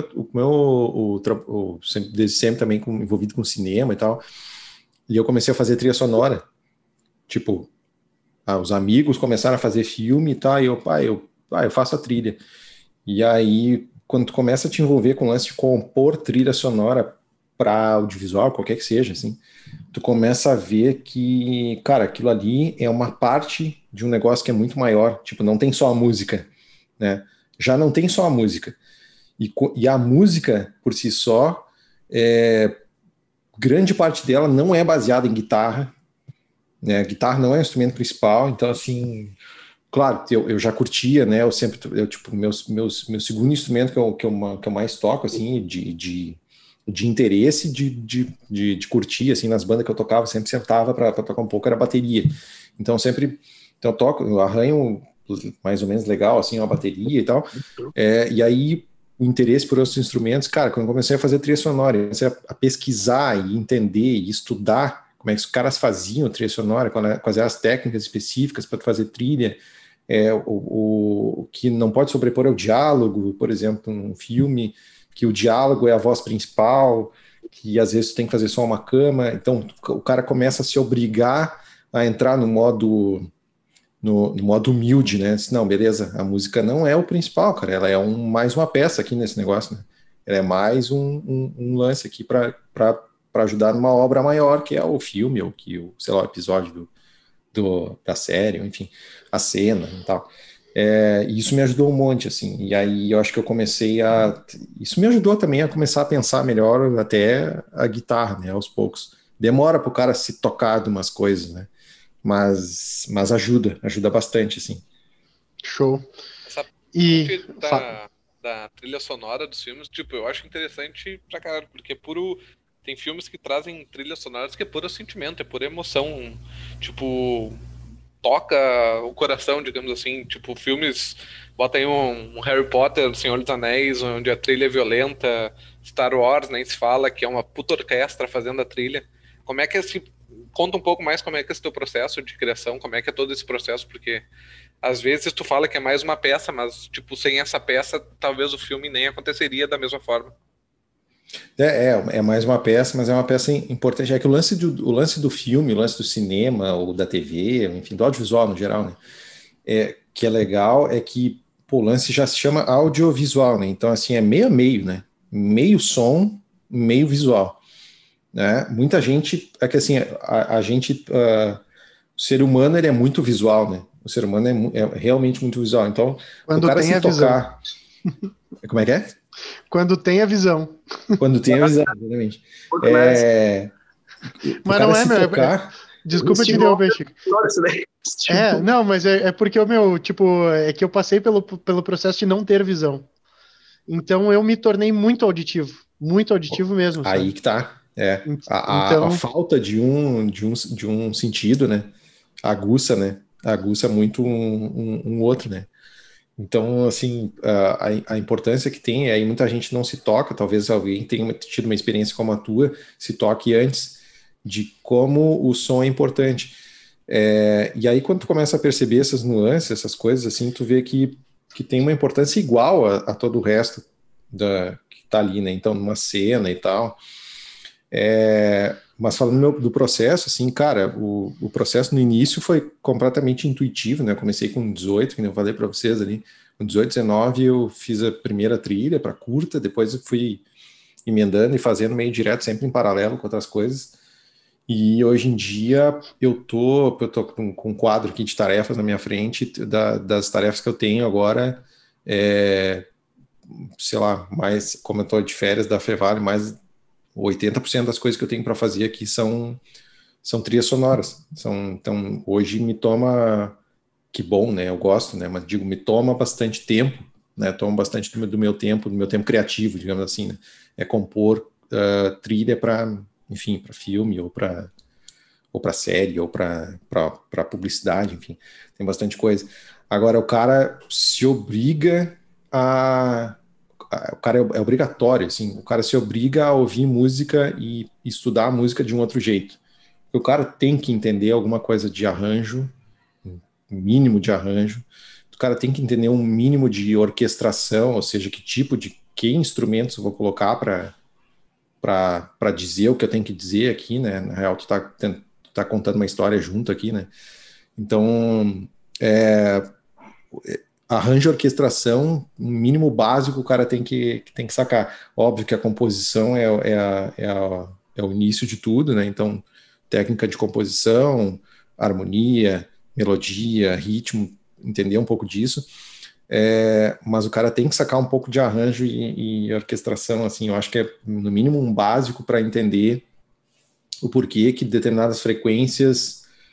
eu desde sempre também envolvido com cinema e tal, e eu comecei a fazer trilha sonora, tipo, os amigos começaram a fazer filme e tal, e eu faço a trilha. E aí, quando tu começa a te envolver com o lance de compor trilha sonora para audiovisual, qualquer que seja, assim, tu começa a ver que, cara, aquilo ali é uma parte de um negócio que é muito maior. Tipo, não tem só a música, né? Já não tem só a música. E a música, por si só, grande parte dela não é baseada em guitarra, né? A guitarra não é o instrumento principal, então, assim, claro, eu já curtia, né? Tipo, meu segundo instrumento que eu mais toco, assim, de interesse, de curtir, assim, nas bandas que eu tocava, sempre sentava para tocar um pouco, era bateria. Então, então eu arranho mais ou menos legal, assim, uma bateria e tal. E aí, o interesse por outros instrumentos, cara, quando eu comecei a fazer trilha sonora, eu comecei a pesquisar e entender e estudar como é que os caras faziam trilha sonora, quais eram as técnicas específicas para fazer trilha, o que não pode sobrepor é o diálogo, por exemplo, num filme, que o diálogo é a voz principal, que às vezes tu tem que fazer só uma cama, então o cara começa a se obrigar a entrar no modo humilde, né? Não, beleza, a música não é o principal, cara, ela é mais uma peça aqui nesse negócio, né? Ela é mais um lance aqui para ajudar numa obra maior, que é o filme, ou sei lá, o episódio da série, enfim, a cena e tal. E isso me ajudou um monte, assim, e aí eu acho que eu comecei isso me ajudou também a começar a pensar melhor até a guitarra, né, aos poucos. Demora pro cara se tocar de umas coisas, né, mas ajuda bastante, assim. Show. Essa E parte da trilha sonora dos filmes, tipo, eu acho interessante pra caralho, porque é puro. Tem filmes que trazem trilhas sonoras que é puro sentimento, é pura emoção. Tipo, toca o coração, digamos assim. Tipo, filmes. Bota aí um Harry Potter, Senhor dos Anéis, onde a trilha é violenta. Star Wars, nem se fala, que é uma puta orquestra fazendo a trilha. Como é que Conta um pouco mais como é que é esse teu processo de criação, como é que é todo esse processo, porque às vezes tu fala que é mais uma peça, mas, tipo, sem essa peça, talvez o filme nem aconteceria da mesma forma. É mais uma peça, mas é uma peça importante. É que o lance do filme, o lance do cinema, ou da TV, enfim, do audiovisual no geral, né? Que é legal, é que pô, o lance já se chama audiovisual, né? Então, assim, é meio a meio, né? Meio som, meio visual, né? Muita gente, é que assim, a gente, o ser humano, ele é muito visual, né? O ser humano é realmente muito visual. Então, o quando cara tem se a visão. tocar... Como é que é? Quando tem a visão. Quando tem a visão, exatamente. O Mas cara não é, se meu. tocar... Desculpa te interromper, Chico. Não, mas é porque o meu, tipo, é que eu passei pelo processo de não ter visão. Então eu me tornei muito auditivo mesmo, sabe? Aí que tá. A Então, falta de um sentido, né? Aguça, né? Aguça muito um outro, né? Então, assim, a importância que tem, aí muita gente não se toca, talvez alguém tenha tido uma experiência como a tua, se toque antes de como o som é importante. E aí, quando tu começa a perceber essas nuances, essas coisas, assim, tu vê que tem uma importância igual a todo o resto que tá ali, né? Então, numa cena e tal. Mas falando do processo, assim, cara, o processo no início foi completamente intuitivo, né? Eu comecei com 18, que eu falei para vocês ali. Com 18, 19, eu fiz a primeira trilha para curta, depois eu fui emendando e fazendo meio direto, sempre em paralelo com outras coisas. E hoje em dia eu tô com um quadro aqui de tarefas na minha frente, das tarefas que eu tenho agora, sei lá, mais, como eu tô de férias da Fevale, mais 80% das coisas que eu tenho para fazer aqui são trilhas sonoras. Então, hoje me toma, que bom, né? Eu gosto, né? Mas digo, me toma bastante tempo, né? Toma bastante do meu tempo criativo, digamos assim, né? É compor trilha para, enfim, para filme ou para série ou para publicidade, enfim, tem bastante coisa. Agora, o cara se obriga o cara é obrigatório, assim, o cara se obriga a ouvir música e estudar a música de um outro jeito. O cara tem que entender alguma coisa de arranjo, um mínimo de arranjo, o cara tem que entender um mínimo de orquestração, ou seja, que instrumentos eu vou colocar para dizer o que eu tenho que dizer aqui, né? Na real, tu tá contando uma história junto aqui, né? Então, arranjo e orquestração, um mínimo básico o cara tem que sacar. Óbvio que a composição é o início de tudo, né? Então, técnica de composição, harmonia, melodia, ritmo, entender um pouco disso. Mas o cara tem que sacar um pouco de arranjo e orquestração, assim, eu acho que é no mínimo um básico para entender o porquê que determinadas frequências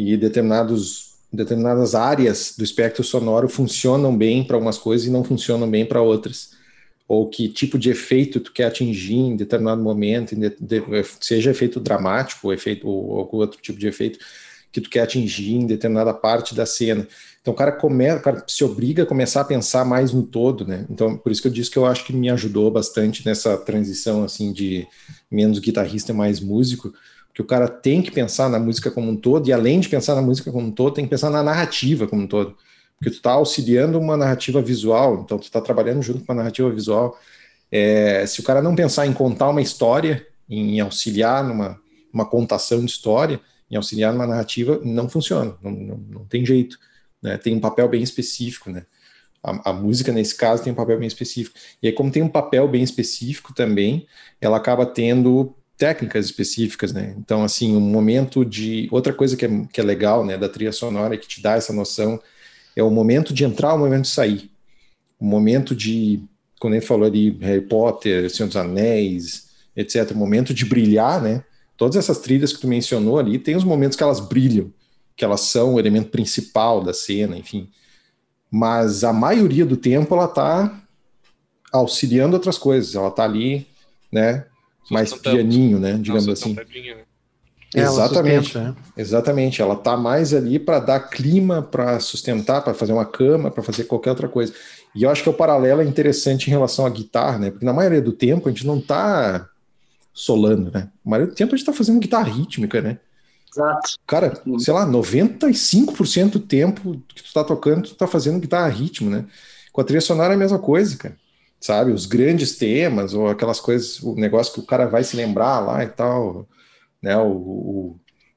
e determinadas áreas do espectro sonoro funcionam bem para algumas coisas e não funcionam bem para outras. Ou que tipo de efeito tu quer atingir em determinado momento, seja efeito dramático ou algum outro tipo de efeito que tu quer atingir em determinada parte da cena. Então o cara se obriga a começar a pensar mais no todo, né? Então por isso que eu disse que eu acho que me ajudou bastante nessa transição assim de menos guitarrista e mais músico, porque o cara tem que pensar na música como um todo, e além de pensar na música como um todo, tem que pensar na narrativa como um todo. Porque tu está auxiliando uma narrativa visual, então tu está trabalhando junto com a narrativa visual. Se o cara não pensar em contar uma história, em auxiliar numa contação de história, em auxiliar numa narrativa, não funciona, não tem jeito, né? Tem um papel bem específico, né? A música, nesse caso, tem um papel bem específico. E aí, como tem um papel bem específico também, ela acaba tendo técnicas específicas, né? Então, assim, um momento de... Outra coisa que é legal, né, da trilha sonora, que te dá essa noção, é o momento de entrar, o momento de sair. O momento de, quando ele falou ali, Harry Potter, Senhor dos Anéis, etc., o momento de brilhar, né? Todas essas trilhas que tu mencionou ali, tem os momentos que elas brilham, que elas são o elemento principal da cena, enfim. Mas a maioria do tempo ela tá auxiliando outras coisas, ela tá ali, né? Mais pianinho, né? Digamos assim. Exatamente, sustenta, né? Exatamente. Ela tá mais ali para dar clima, para sustentar, para fazer uma cama, para fazer qualquer outra coisa. E eu acho que o paralelo é interessante em relação à guitarra, né? Porque na maioria do tempo a gente não tá solando, né? Na maioria do tempo a gente tá fazendo guitarra rítmica, né? Exato. Cara, sei lá, 95% do tempo que tu tá tocando, tu tá fazendo guitarra ritmo, né? Com a trilha sonora é a mesma coisa, cara. Sabe? Os grandes temas, ou aquelas coisas, o negócio que o cara vai se lembrar lá e tal, né? O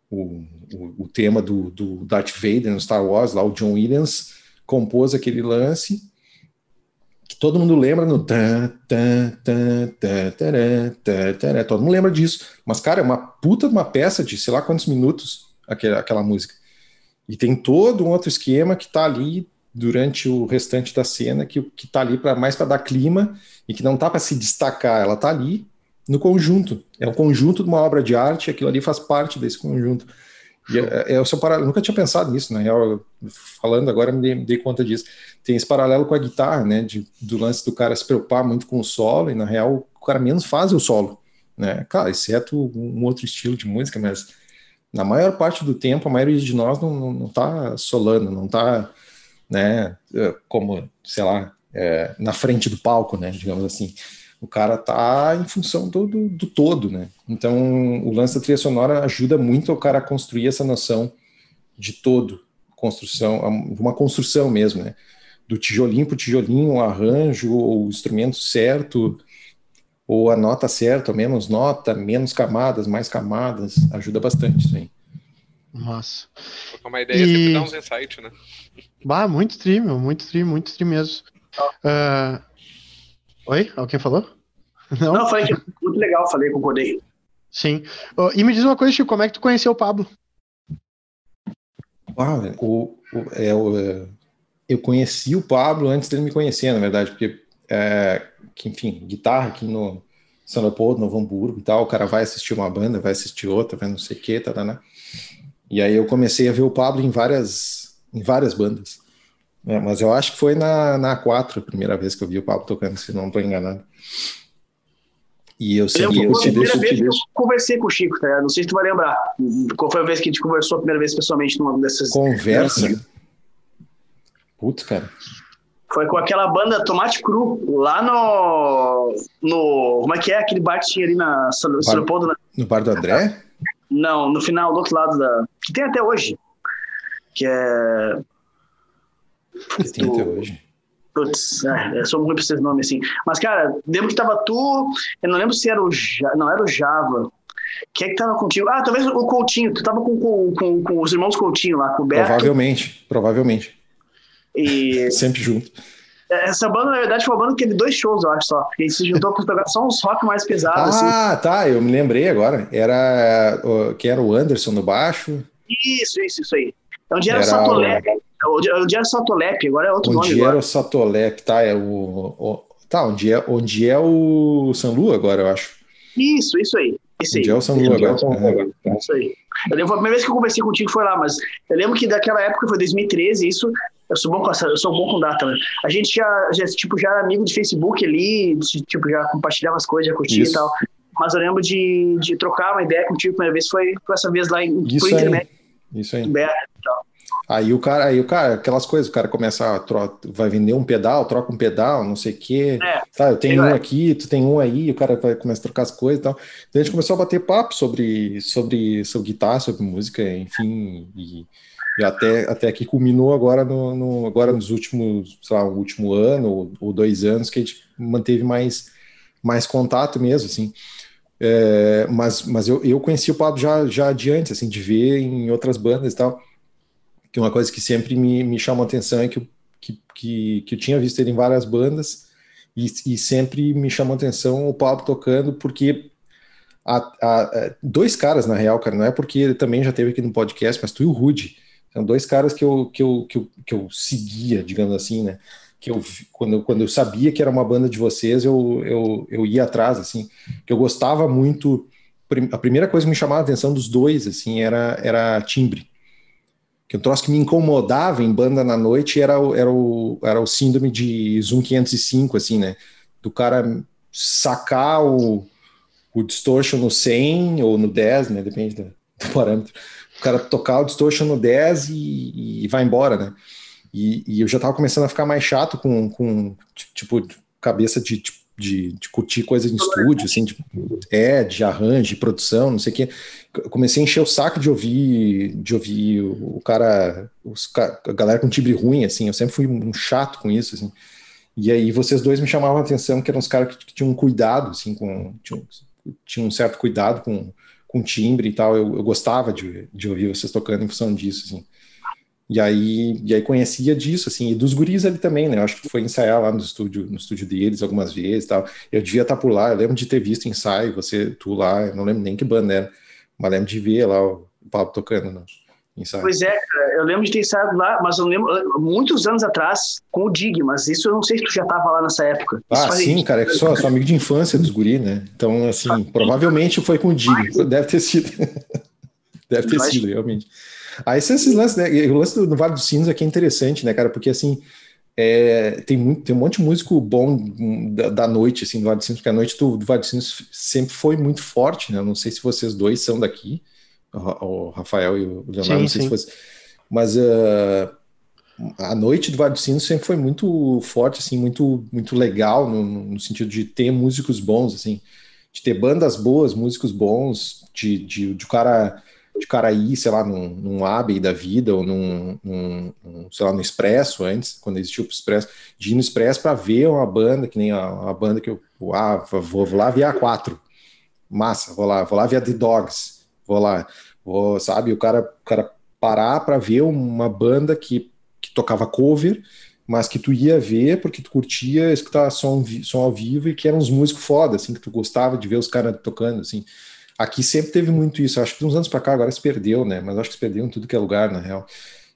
tema do Darth Vader no Star Wars, lá o John Williams compôs aquele lance que todo mundo lembra no todo mundo lembra disso, mas cara, é uma puta de uma peça de sei lá quantos minutos aquela música, e tem todo um outro esquema que tá ali durante o restante da cena, que tá ali mais para dar clima, e que não tá para se destacar, ela tá ali no conjunto, é um conjunto de uma obra de arte, aquilo ali faz parte desse conjunto. E o seu paralelo, eu nunca tinha pensado nisso, na real, falando agora me dei conta disso. Tem esse paralelo com a guitarra, né, do lance do cara se preocupar muito com o solo, e na real o cara menos faz o solo, né, cara, exceto um outro estilo de música, mas na maior parte do tempo, a maioria de nós não tá solando, não tá, né, como, sei lá, na frente do palco, né, digamos assim. O cara tá em função do todo, né? Então, o lance da trilha sonora ajuda muito o cara a construir essa noção de todo, uma construção mesmo, né? Do tijolinho pro tijolinho, o arranjo, o instrumento certo, ou a nota certa, ou menos nota, menos camadas, mais camadas, ajuda bastante isso aí. Nossa. Trocar uma ideia sempre dá uns insights, né? Muito tri mesmo. Oi? Alguém falou? Não, falei que é muito legal, concordei. Sim. E me diz uma coisa, Chico, como é que tu conheceu o Pablo? Eu conheci o Pablo antes dele me conhecer, na verdade, porque, enfim, guitarra aqui no São Leopoldo, Novo Hamburgo e tal, o cara vai assistir uma banda, vai assistir outra, vai não sei o que, né? E aí eu comecei a ver o Pablo em várias bandas. Mas eu acho que foi na A4 a primeira vez que eu vi o Pablo tocando, se não estou enganado. E eu sempre foi a primeira vez que eu conversei com o Chico, tá ligado? Não sei se tu vai lembrar. Qual foi a vez que a gente conversou a primeira vez pessoalmente numa dessas... Conversa? Putz, cara. Foi com aquela banda Tomate Cru, lá no... Como é que é? Aquele bar que tinha ali na São Leopoldo. No bar do André? Não, no final, do outro lado da... Que tem até hoje. Que é... Que tem até hoje. Putz, eu sou muito pra esses nomes assim. Mas, cara, lembro que tava tu... Eu não lembro se era não, era o Java. Quem é que tava contigo? Talvez o Coutinho. Tu tava com os irmãos Coutinho lá, com o Beto. Provavelmente. E... Sempre junto. Essa banda, na verdade, foi uma banda que teve 2 shows, eu acho, só. Porque a gente se juntou com só uns rock mais pesados. Tá, eu me lembrei agora. Quem era o Anderson no baixo? Isso aí. Onde era o Satolep. Onde era o Satolep, agora é outro nome. Onde era o Satolep, tá? Onde é o Sanlu agora, eu acho. Isso aí. Esse aí. Gelson Lu agora. Isso aí. Eu lembro, a primeira vez que eu conversei contigo foi lá, mas eu lembro que daquela época, foi 2013, isso, eu sou bom com data, né? A gente já era amigo de Facebook ali, tipo, já compartilhava as coisas, já curtia e tal. Mas eu lembro de trocar uma ideia contigo a primeira vez, foi essa vez lá por internet. Isso aí. Aí o cara, aquelas coisas, o cara começa vai vender um pedal, troca um pedal, não sei o quê. Tá, eu tenho um aqui, tu tem um aí, o cara começa a trocar as coisas e tal. Daí a gente começou a bater papo sobre guitarra, sobre música, enfim, e até que culminou agora agora nos últimos, sei lá, o último ano ou 2 anos que a gente manteve mais contato mesmo, assim. Mas eu conheci o Pablo já adiante, assim, de ver em outras bandas e tal. Que uma coisa que sempre me chamou a atenção é que eu tinha visto ele em várias bandas e sempre me chamou a atenção o Pablo tocando, porque 2 caras, na real, cara, não é porque ele também já esteve aqui no podcast, mas tu e o Rudy, são 2 caras que eu seguia, digamos assim, né, que quando eu sabia que era uma banda de vocês, eu ia atrás, assim, que eu gostava muito. A primeira coisa que me chamava a atenção dos 2, assim, era timbre. Que um troço que me incomodava em banda na noite era o síndrome de Zoom 505, assim, né? Do cara sacar o distortion no 100 ou no 10, né? Depende do parâmetro. O cara tocar o distortion no 10 e vai embora, né? E eu já tava começando a ficar mais chato com tipo, cabeça de curtir coisas em estúdio, assim, de arranjo, de produção, não sei o quê. Eu comecei a encher o saco de ouvir o cara, a galera com timbre ruim, assim. Eu sempre fui um chato com isso, assim. E aí vocês 2 me chamavam a atenção, que eram os caras que tinham um cuidado, assim, tinham um certo cuidado com timbre e tal. Eu gostava de ouvir vocês tocando em função disso, assim. E aí conhecia disso, assim, e dos guris ali também, né? Eu acho que foi ensaiar lá no estúdio deles algumas vezes e tal. Eu devia estar por lá, eu lembro de ter visto ensaio, tu lá, eu não lembro nem que banda era, mas lembro de ver lá o Pablo tocando no ensaio. Pois é, cara, eu lembro de ter ensaiado lá, mas eu lembro muitos anos atrás com o Dig, mas isso eu não sei se tu já estava lá nessa época. Sim, cara, é que sou amigo de infância dos guris, né? Então, assim, provavelmente foi com o Dig, deve ter sido. Deve ter sido, realmente. Aí esses lances, né? O lance do Vale dos Sinos aqui é interessante, né, cara? Porque assim, tem um monte de músico bom da noite, assim, do Vale dos Sinos, porque a noite do Vale dos Sinos sempre foi muito forte, né? Eu não sei se vocês 2 são daqui, o Rafael e o Leonardo, não sei se fosse. Mas a noite do Vale dos Sinos sempre foi muito forte, assim, muito, muito legal, no sentido de ter músicos bons, assim, de ter bandas boas, músicos bons, de cara ir, sei lá, num Abbey da vida, ou sei lá, no Expresso antes, quando existiu o Expresso, de ir no Expresso para ver uma banda, que nem a banda que eu vou lá ver a 4, massa, vou lá ver a The Dogs, sabe, o cara parar para ver uma banda que tocava cover, mas que tu ia ver porque tu curtia escutar som ao vivo e que eram uns músicos foda, assim, que tu gostava de ver os caras tocando, assim. Aqui sempre teve muito isso, acho que de uns anos para cá agora se perdeu, né? Mas acho que se perdeu em tudo que é lugar, na real.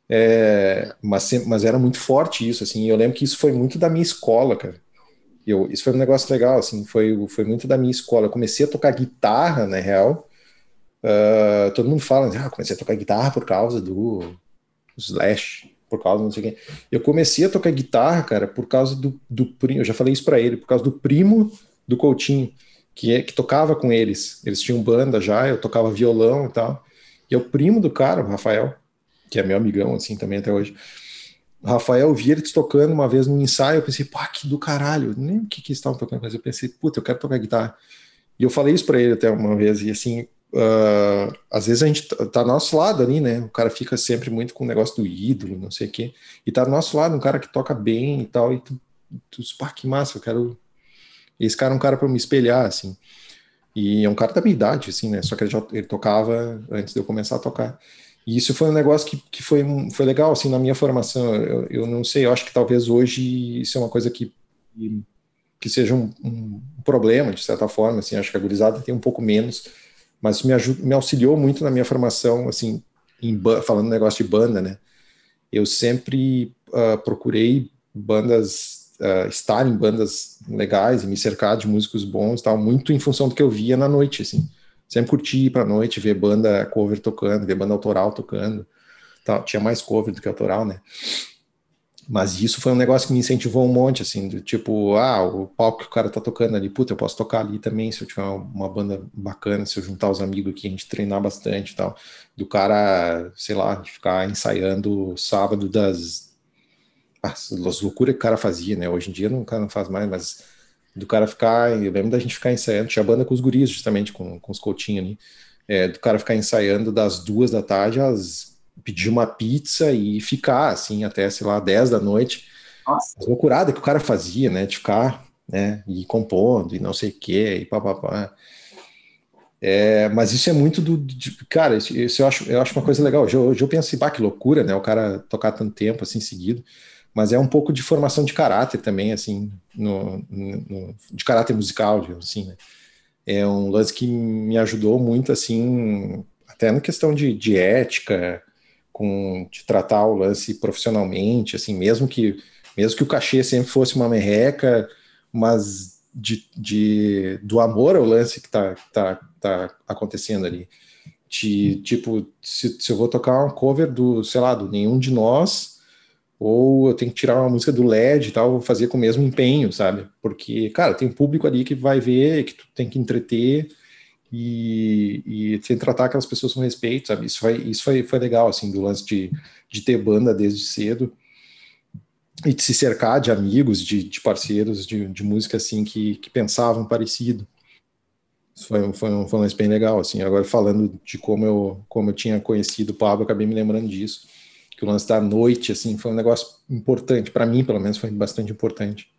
Mas era muito forte isso, assim. Eu lembro que isso foi muito da minha escola, cara. Isso foi um negócio legal, assim. Foi muito da minha escola. Eu comecei a tocar guitarra, na real. Todo mundo fala, comecei a tocar guitarra por causa do Slash, por causa não sei o quê. Eu comecei a tocar guitarra, cara, por causa do primo. Eu já falei isso para ele, por causa do primo do Coutinho. Que tocava com eles. Eles tinham banda já, eu tocava violão e tal. E é o primo do cara, o Rafael, que é meu amigão, assim, também até hoje. O Rafael, eu vi eles tocando uma vez num ensaio, eu pensei, pá, que do caralho. Nem o que eles estavam tocando, mas eu pensei, puta, eu quero tocar guitarra. E eu falei isso pra ele até uma vez, e assim, às vezes a gente tá do nosso lado ali, né? O cara fica sempre muito com o negócio do ídolo, não sei o quê. E tá do nosso lado um cara que toca bem e tal, e tu pá, que massa, eu quero... Esse cara é um cara para me espelhar, assim. E é um cara da minha idade, assim, né? Só que ele tocava antes de eu começar a tocar. E isso foi um negócio que foi legal, assim, na minha formação. Eu não sei, eu acho que talvez hoje isso é uma coisa que seja um problema, de certa forma, assim. Acho que a gurizada tem um pouco menos, mas me auxiliou muito na minha formação, assim, falando negócio de banda, né? Eu sempre procurei estar em bandas legais e me cercar de músicos bons, tal, muito em função do que eu via na noite, assim, Sempre curti ir pra noite, ver banda cover tocando, ver banda autoral tocando. Tal. Tinha mais cover do que autoral, né? Mas isso foi um negócio que me incentivou um monte, assim, do tipo, o palco que o cara tá tocando ali, puta, eu posso tocar ali também, se eu tiver uma banda bacana, se eu juntar os amigos aqui, a gente treinar bastante e tal. Do cara, sei lá, ficar ensaiando sábado as loucuras que o cara fazia, né? Hoje em dia o cara não faz mais, mas do cara ficar, eu lembro da gente ficar ensaiando, tinha banda com os guris, justamente, com os coutinhos ali, do cara ficar ensaiando das 2 da tarde pedir uma pizza e ficar, assim, até, sei lá, 10 da noite. Nossa. A loucurada que o cara fazia, né, de ficar, né, e compondo, e não sei o quê, e papapá. Mas isso é muito cara, isso eu acho uma coisa legal. Hoje eu penso assim, que loucura, né, o cara tocar tanto tempo, assim, seguido, mas é um pouco de formação de caráter também, assim, de caráter musical, assim, né. É um lance que me ajudou muito, assim, até na questão de ética, de tratar o lance profissionalmente, assim, mesmo que o cachê sempre fosse uma merreca, mas do amor ao lance que tá acontecendo ali. Tipo, se eu vou tocar um cover sei lá, do Nenhum de Nós, ou eu tenho que tirar uma música do LED e tal, vou fazer com o mesmo empenho, sabe? Porque, cara, tem um público ali que vai ver, que tu tem que entreter, e sem tratar aquelas pessoas com respeito, sabe? Isso foi legal, assim, do lance de ter banda desde cedo e de se cercar de amigos, de parceiros de música, assim, que pensavam parecido. Isso foi um lance bem legal, assim. Agora, falando de como eu tinha conhecido o Pablo, eu acabei me lembrando disso, que o lance da noite, assim, foi um negócio importante, para mim, pelo menos, foi bastante importante.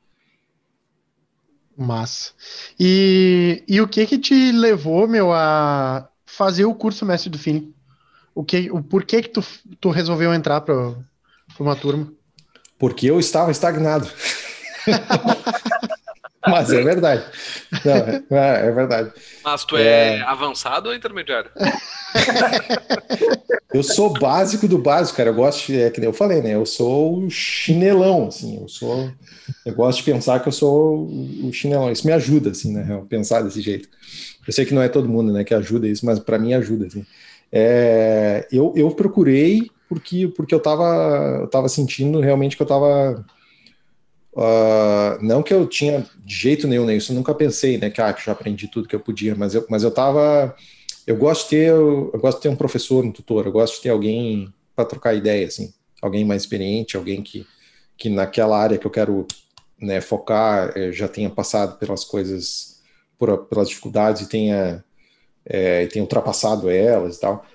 Massa. E o que te levou, meu, a fazer o curso Mestre do Fim? O porquê que tu resolveu entrar para uma turma? Porque eu estava estagnado. Mas é verdade. Não, é verdade. Mas tu é avançado ou intermediário? Eu sou básico do básico, cara. Eu gosto, que nem eu falei, né? Eu sou o chinelão, assim. Eu gosto de pensar que eu sou o chinelão. Isso me ajuda, assim, né? Pensar desse jeito. Eu sei que não é todo mundo, né, que ajuda isso, mas para mim ajuda, assim. Eu procurei porque eu tava sentindo realmente que eu tava... não que eu tinha de jeito nenhum, né? Isso eu nunca pensei, né? Que eu já aprendi tudo que eu podia, mas eu tava... Eu gosto de ter um professor, um tutor, eu gosto de ter alguém para trocar ideia, assim, alguém mais experiente, alguém que naquela área que eu quero, né, focar, já tenha passado pelas coisas, pelas dificuldades e tenha ultrapassado elas e tal.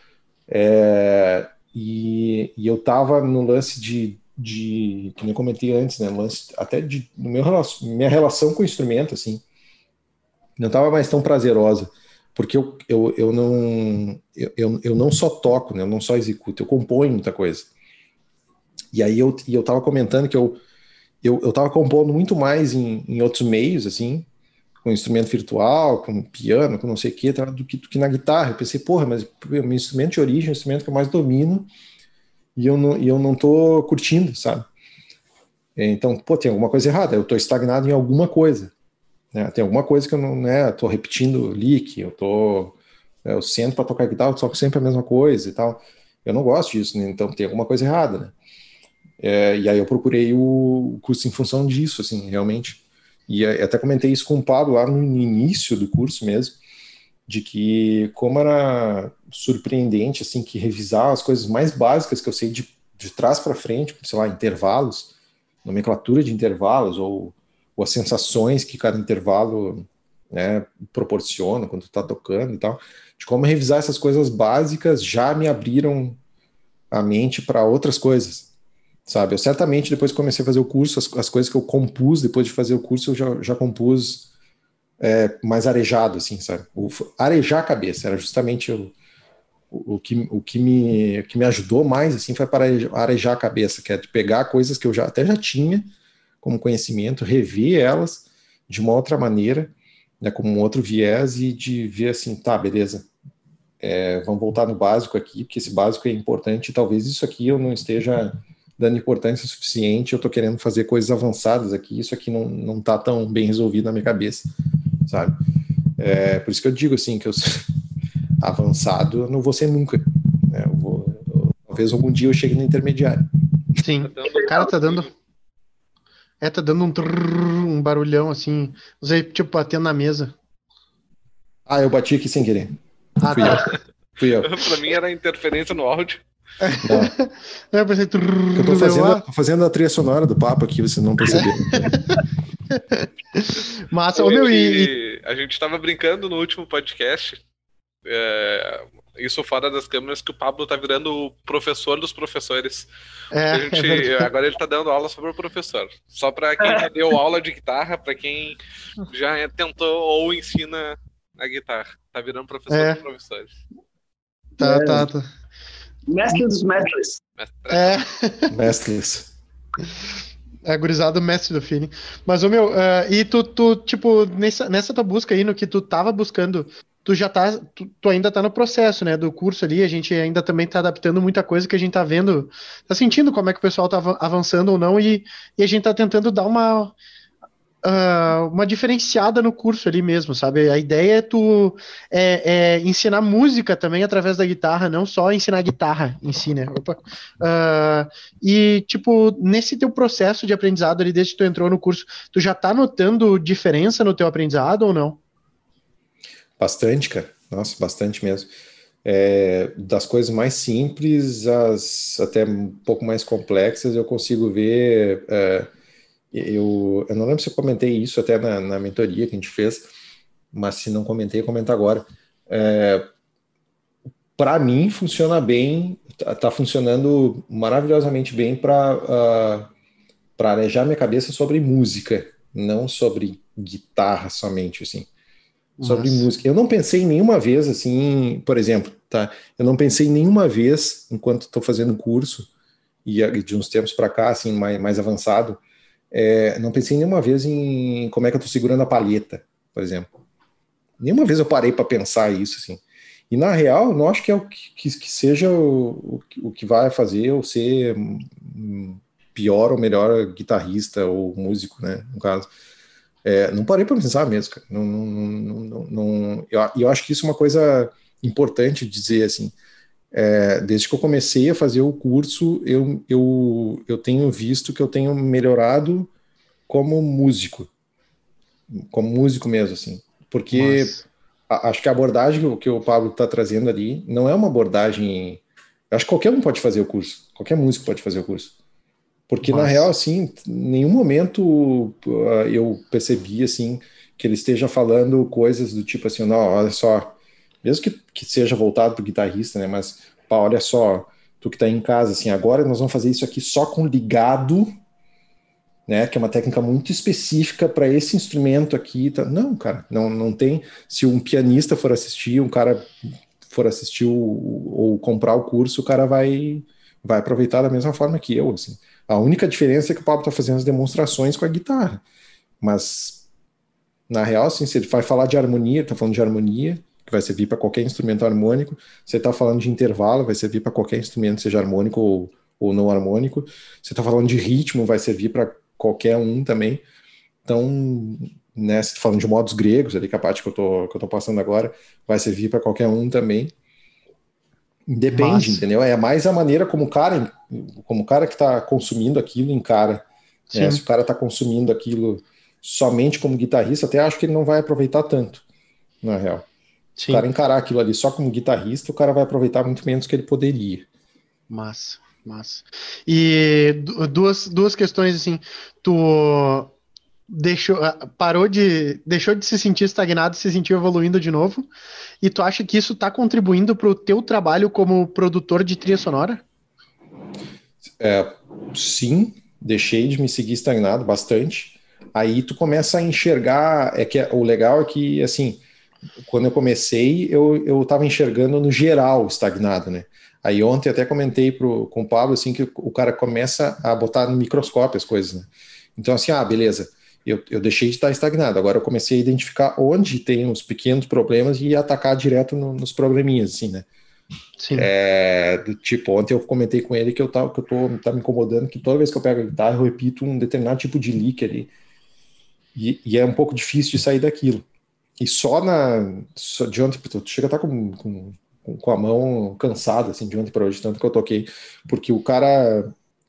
E eu tava no lance que nem eu comentei antes, né, lance até minha relação com o instrumento, assim, não tava mais tão prazerosa. Porque eu não só toco, né? Eu não só executo, eu componho muita coisa. E aí eu tava comentando que eu tava compondo muito mais em outros meios, assim, com instrumento virtual, com piano, com não sei o que, do que na guitarra. Eu pensei, porra, mas meu instrumento de origem é o instrumento que eu mais domino e eu não tô curtindo, sabe? Então, pô, tem alguma coisa errada, eu tô estagnado em alguma coisa. Né? Tem alguma coisa que eu não, né, tô repetindo lick, eu sento para tocar guitarra, eu toco sempre a mesma coisa e tal. Eu não gosto disso, né? Então tem alguma coisa errada, né? E aí eu procurei o curso em função disso, assim, realmente. E até comentei isso com o Pablo lá no início do curso mesmo, de que como era surpreendente, assim, que revisar as coisas mais básicas que eu sei de trás para frente, sei lá, intervalos, nomenclatura de intervalos ou as sensações que cada intervalo, né, proporciona quando tu tá tocando e tal, de como revisar essas coisas básicas já me abriram a mente para outras coisas, sabe? Eu certamente, depois que comecei a fazer o curso, as coisas que eu compus depois de fazer o curso, eu já compus mais arejado, assim, sabe? Arejar a cabeça, era justamente o que me ajudou mais, assim, foi para arejar a cabeça, que é de pegar coisas que eu até já tinha como conhecimento, rever elas de uma outra maneira, né, com um outro viés e de ver assim, tá, beleza, vamos voltar no básico aqui, porque esse básico é importante e talvez isso aqui eu não esteja dando importância suficiente, eu tô querendo fazer coisas avançadas aqui, isso aqui não tá tão bem resolvido na minha cabeça, sabe? Por isso que eu digo assim, que avançado eu não vou ser nunca, né? Talvez algum dia eu chegue no intermediário. Sim. Cara, tá dando um barulhão assim. Não sei, tipo, batendo na mesa. Ah, eu bati aqui sem querer. Ah, Fui tá. eu. Pra mim era interferência no áudio. Não. Eu pensei, Eu tô fazendo a trilha sonora do papo aqui, você não percebeu. Massa. Ô, meu, A gente tava brincando no último podcast, isso fora das câmeras, que o Pablo tá virando o professor dos professores. Agora ele tá dando aula sobre o professor. Só pra quem já deu aula de guitarra, pra quem já tentou ou ensina a guitarra. Tá virando professor dos professores. Tá. Mestre dos mestres. Mestres. Gurizada, mestre do feeling. Mas, ô meu, e tu, tipo, nessa tua busca aí, no que tu tava buscando, tu já tá, tu ainda tá no processo, né, do curso ali, a gente ainda também tá adaptando muita coisa que a gente tá vendo, tá sentindo como é que o pessoal tá avançando ou não, e a gente tá tentando dar uma diferenciada no curso ali mesmo, sabe? A ideia é tu ensinar música também através da guitarra, não só ensinar guitarra em si, né? E, tipo, nesse teu processo de aprendizado ali, desde que tu entrou no curso, tu já tá notando diferença no teu aprendizado ou não? Bastante, cara. Nossa, bastante mesmo. Das coisas mais simples às até um pouco mais complexas, eu consigo ver... Eu não lembro se eu comentei isso até na mentoria que a gente fez, mas se não comentei, eu comento agora. Para mim, funciona bem, tá funcionando maravilhosamente bem para arejar minha cabeça sobre música, não sobre guitarra somente, assim. Sobre música. Eu não pensei nenhuma vez, assim, por exemplo, tá? Eu não pensei nenhuma vez, enquanto estou fazendo curso, e de uns tempos para cá, assim, mais avançado, não pensei nenhuma vez em como é que eu estou segurando a palheta, por exemplo. Nenhuma vez eu parei para pensar isso, assim. E na real, não acho que é o que seja o que vai fazer eu ser pior ou melhor guitarrista ou músico, né? No caso. Não parei para pensar mesmo, cara. Eu acho que isso é uma coisa importante dizer, assim. Desde que eu comecei a fazer o curso, eu tenho visto que eu tenho melhorado como músico mesmo, assim, porque acho que a abordagem que o Pablo está trazendo ali não é uma abordagem. Acho que qualquer um pode fazer o curso, qualquer músico pode fazer o curso, porque na real, assim, em nenhum momento eu percebi assim que ele esteja falando coisas do tipo assim, não, olha só, mesmo que seja voltado para o guitarrista, né? Mas pá, olha só, tu que está em casa, assim, agora nós vamos fazer isso aqui só com ligado, né, que é uma técnica muito específica para esse instrumento aqui. Tá? Não, cara, não tem. Se um pianista for assistir, um cara for assistir ou comprar o curso, o cara vai aproveitar da mesma forma que eu. Assim. A única diferença é que o Pablo está fazendo as demonstrações com a guitarra. Mas, na real, assim, se ele vai falar de harmonia, está falando de harmonia, que vai servir para qualquer instrumento harmônico. Se ele está falando de intervalo, vai servir para qualquer instrumento, seja harmônico ou não harmônico. Se está falando de ritmo, vai servir para qualquer um também. Então, né, se falando de modos gregos, ali que é a parte que eu tô passando agora, vai servir para qualquer um também. Depende, entendeu? É mais a maneira como o cara que está consumindo aquilo encara. Né? Se o cara está consumindo aquilo somente como guitarrista, até acho que ele não vai aproveitar tanto, na real. Se o cara encarar aquilo ali só como guitarrista, o cara vai aproveitar muito menos que ele poderia. Massa. E duas questões assim, tu deixou de se sentir estagnado, se sentiu evoluindo de novo, e tu acha que isso está contribuindo para o teu trabalho como produtor de trilha sonora? Sim, deixei de me seguir estagnado bastante. Aí tu começa a enxergar, o legal é que, assim, quando eu comecei, eu estava enxergando no geral estagnado, né? Aí ontem até comentei com o Pablo, assim, que o cara começa a botar no microscópio as coisas, né? Então, assim, beleza, eu deixei de estar estagnado, agora eu comecei a identificar onde tem os pequenos problemas e atacar direto nos probleminhas, assim, né? Sim. Do tipo, ontem eu comentei com ele que tá me incomodando, que toda vez que eu pego a guitarra, eu repito um determinado tipo de lick ali, e é um pouco difícil de sair daquilo. E só de ontem, tu chega a estar com a mão cansada, assim, de ontem para hoje, tanto que eu toquei, porque o cara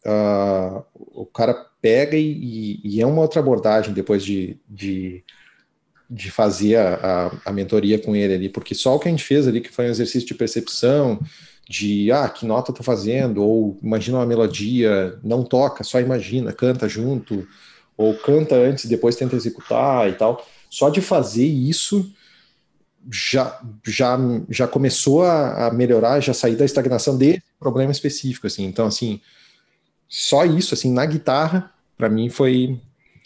pega e é uma outra abordagem depois de fazer a mentoria com ele ali, porque só o que a gente fez ali, que foi um exercício de percepção, de, que nota eu tô fazendo, ou imagina uma melodia, não toca, só imagina, canta junto, ou canta antes, depois tenta executar e tal. Só de fazer isso já começou a melhorar, já sair da estagnação desse problema específico, assim. Então, assim, só isso, assim, na guitarra, para mim foi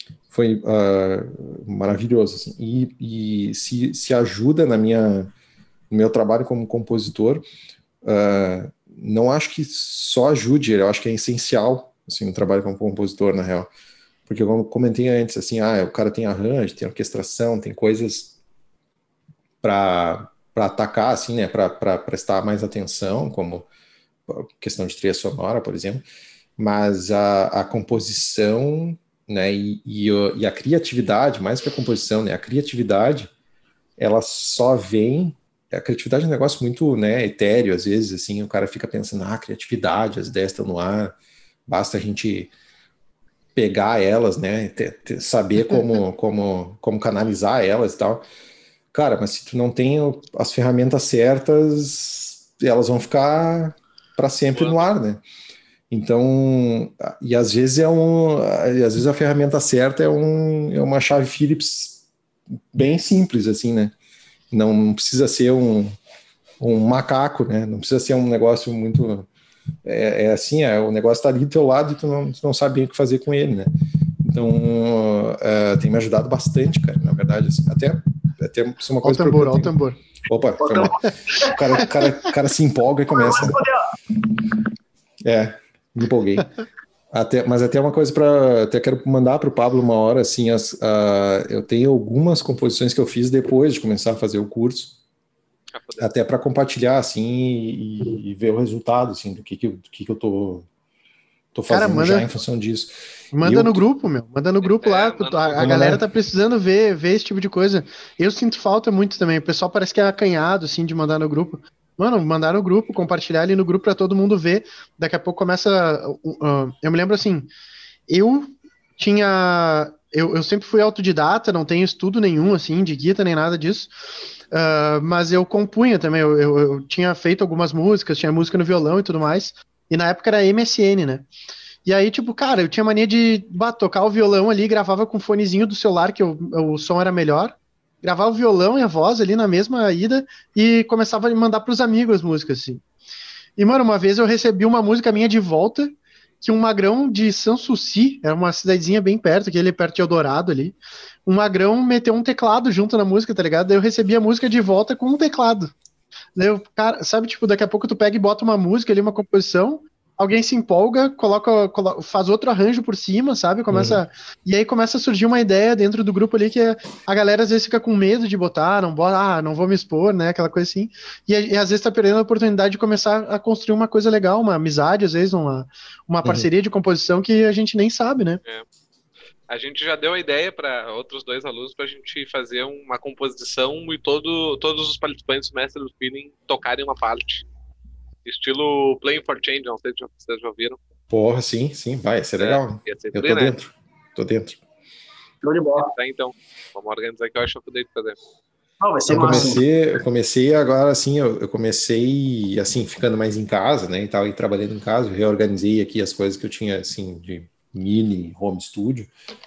maravilhoso, assim. E se ajuda no meu trabalho como compositor. Não acho que só ajude, eu acho que é essencial, assim, um trabalho como compositor, na real. Porque, como eu comentei antes, assim, o cara tem arranjo, tem orquestração, tem coisas para atacar, assim, né, para prestar mais atenção, como questão de trilha sonora, por exemplo, mas a composição, né, e a criatividade, mais que a composição, né, a criatividade, ela só vem. A criatividade é um negócio muito, né, etéreo, às vezes, assim, o cara fica pensando, criatividade, as ideias estão no ar, basta a gente pegar elas, né, saber como canalizar elas e tal. Cara, mas se tu não tem as ferramentas certas, elas vão ficar para sempre no ar, né? Então, e às vezes às vezes a ferramenta certa é uma chave Phillips bem simples, assim, né? Não precisa ser um macaco, né? Não precisa ser um negócio muito... assim, o negócio tá ali do teu lado e tu não sabe bem o que fazer com ele, né? Então, tem me ajudado bastante, cara, na verdade, assim, até isso é uma coisa... Olha o tambor. Opa, foi mal. O cara se empolga e começa. Me empolguei. Mas até uma coisa até quero mandar para o Pablo uma hora, assim, eu tenho algumas composições que eu fiz depois de começar a fazer o curso, até para compartilhar, assim, e ver o resultado, assim, do que eu tô fazendo, cara, já em função disso. Manda no grupo, meu. Manda no grupo lá. A galera tá precisando ver esse tipo de coisa. Eu sinto falta muito também. O pessoal parece que é acanhado, assim, de mandar no grupo. Mano, mandar no grupo, compartilhar ali no grupo pra todo mundo ver. Daqui a pouco começa... eu me lembro, assim, eu sempre fui autodidata, não tenho estudo nenhum, assim, de guitarra nem nada disso. Mas eu compunha também. Eu tinha feito algumas músicas, tinha música no violão e tudo mais. E na época era MSN, né? E aí, tipo, cara, eu tinha mania de tocar o violão ali, gravava com o fonezinho do celular, que o som era melhor, gravava o violão e a voz ali na mesma ida e começava a mandar pros amigos as músicas, assim. E, mano, uma vez eu recebi uma música minha de volta, que um magrão de Sanssouci, era uma cidadezinha bem perto, aquele perto de Eldorado ali, um magrão meteu um teclado junto na música, tá ligado? Daí eu recebi a música de volta com um teclado. Daí eu, cara, sabe, tipo, daqui a pouco tu pega e bota uma música ali, uma composição, alguém se empolga, faz outro arranjo por cima, sabe? E aí começa a surgir uma ideia dentro do grupo ali que a galera às vezes fica com medo de botar, não vou me expor, né? Aquela coisa assim. E às vezes tá perdendo a oportunidade de começar a construir uma coisa legal, uma amizade, às vezes uma parceria de composição que a gente nem sabe, né? A gente já deu a ideia para outros 2 alunos para a gente fazer uma composição e todos os participantes do Mestre do Feeling tocarem uma parte. Estilo Playing for Change, não sei se vocês já ouviram. Porra, sim, vai ser legal. Eu tô dentro. Show de bola. Tá, então, vamos organizar que eu acho que eu poderia fazer. Vai ser massa. Eu comecei agora, assim, eu comecei, assim, ficando mais em casa, né, e tal, e trabalhando em casa, eu reorganizei aqui as coisas que eu tinha, assim, de mini home studio,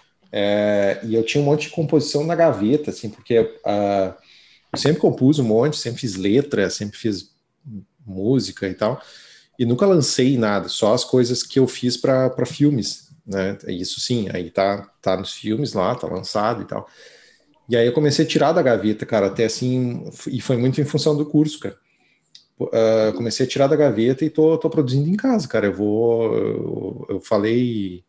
e eu tinha um monte de composição na gaveta, assim, porque eu sempre compus um monte, sempre fiz letra, sempre fiz música e tal, e nunca lancei nada, só as coisas que eu fiz para filmes, né? Isso sim, aí tá nos filmes lá, tá lançado e tal. E aí eu comecei a tirar da gaveta, cara, até assim, e foi muito em função do curso, cara. Comecei a tirar da gaveta e tô produzindo em casa, cara. Eu falei,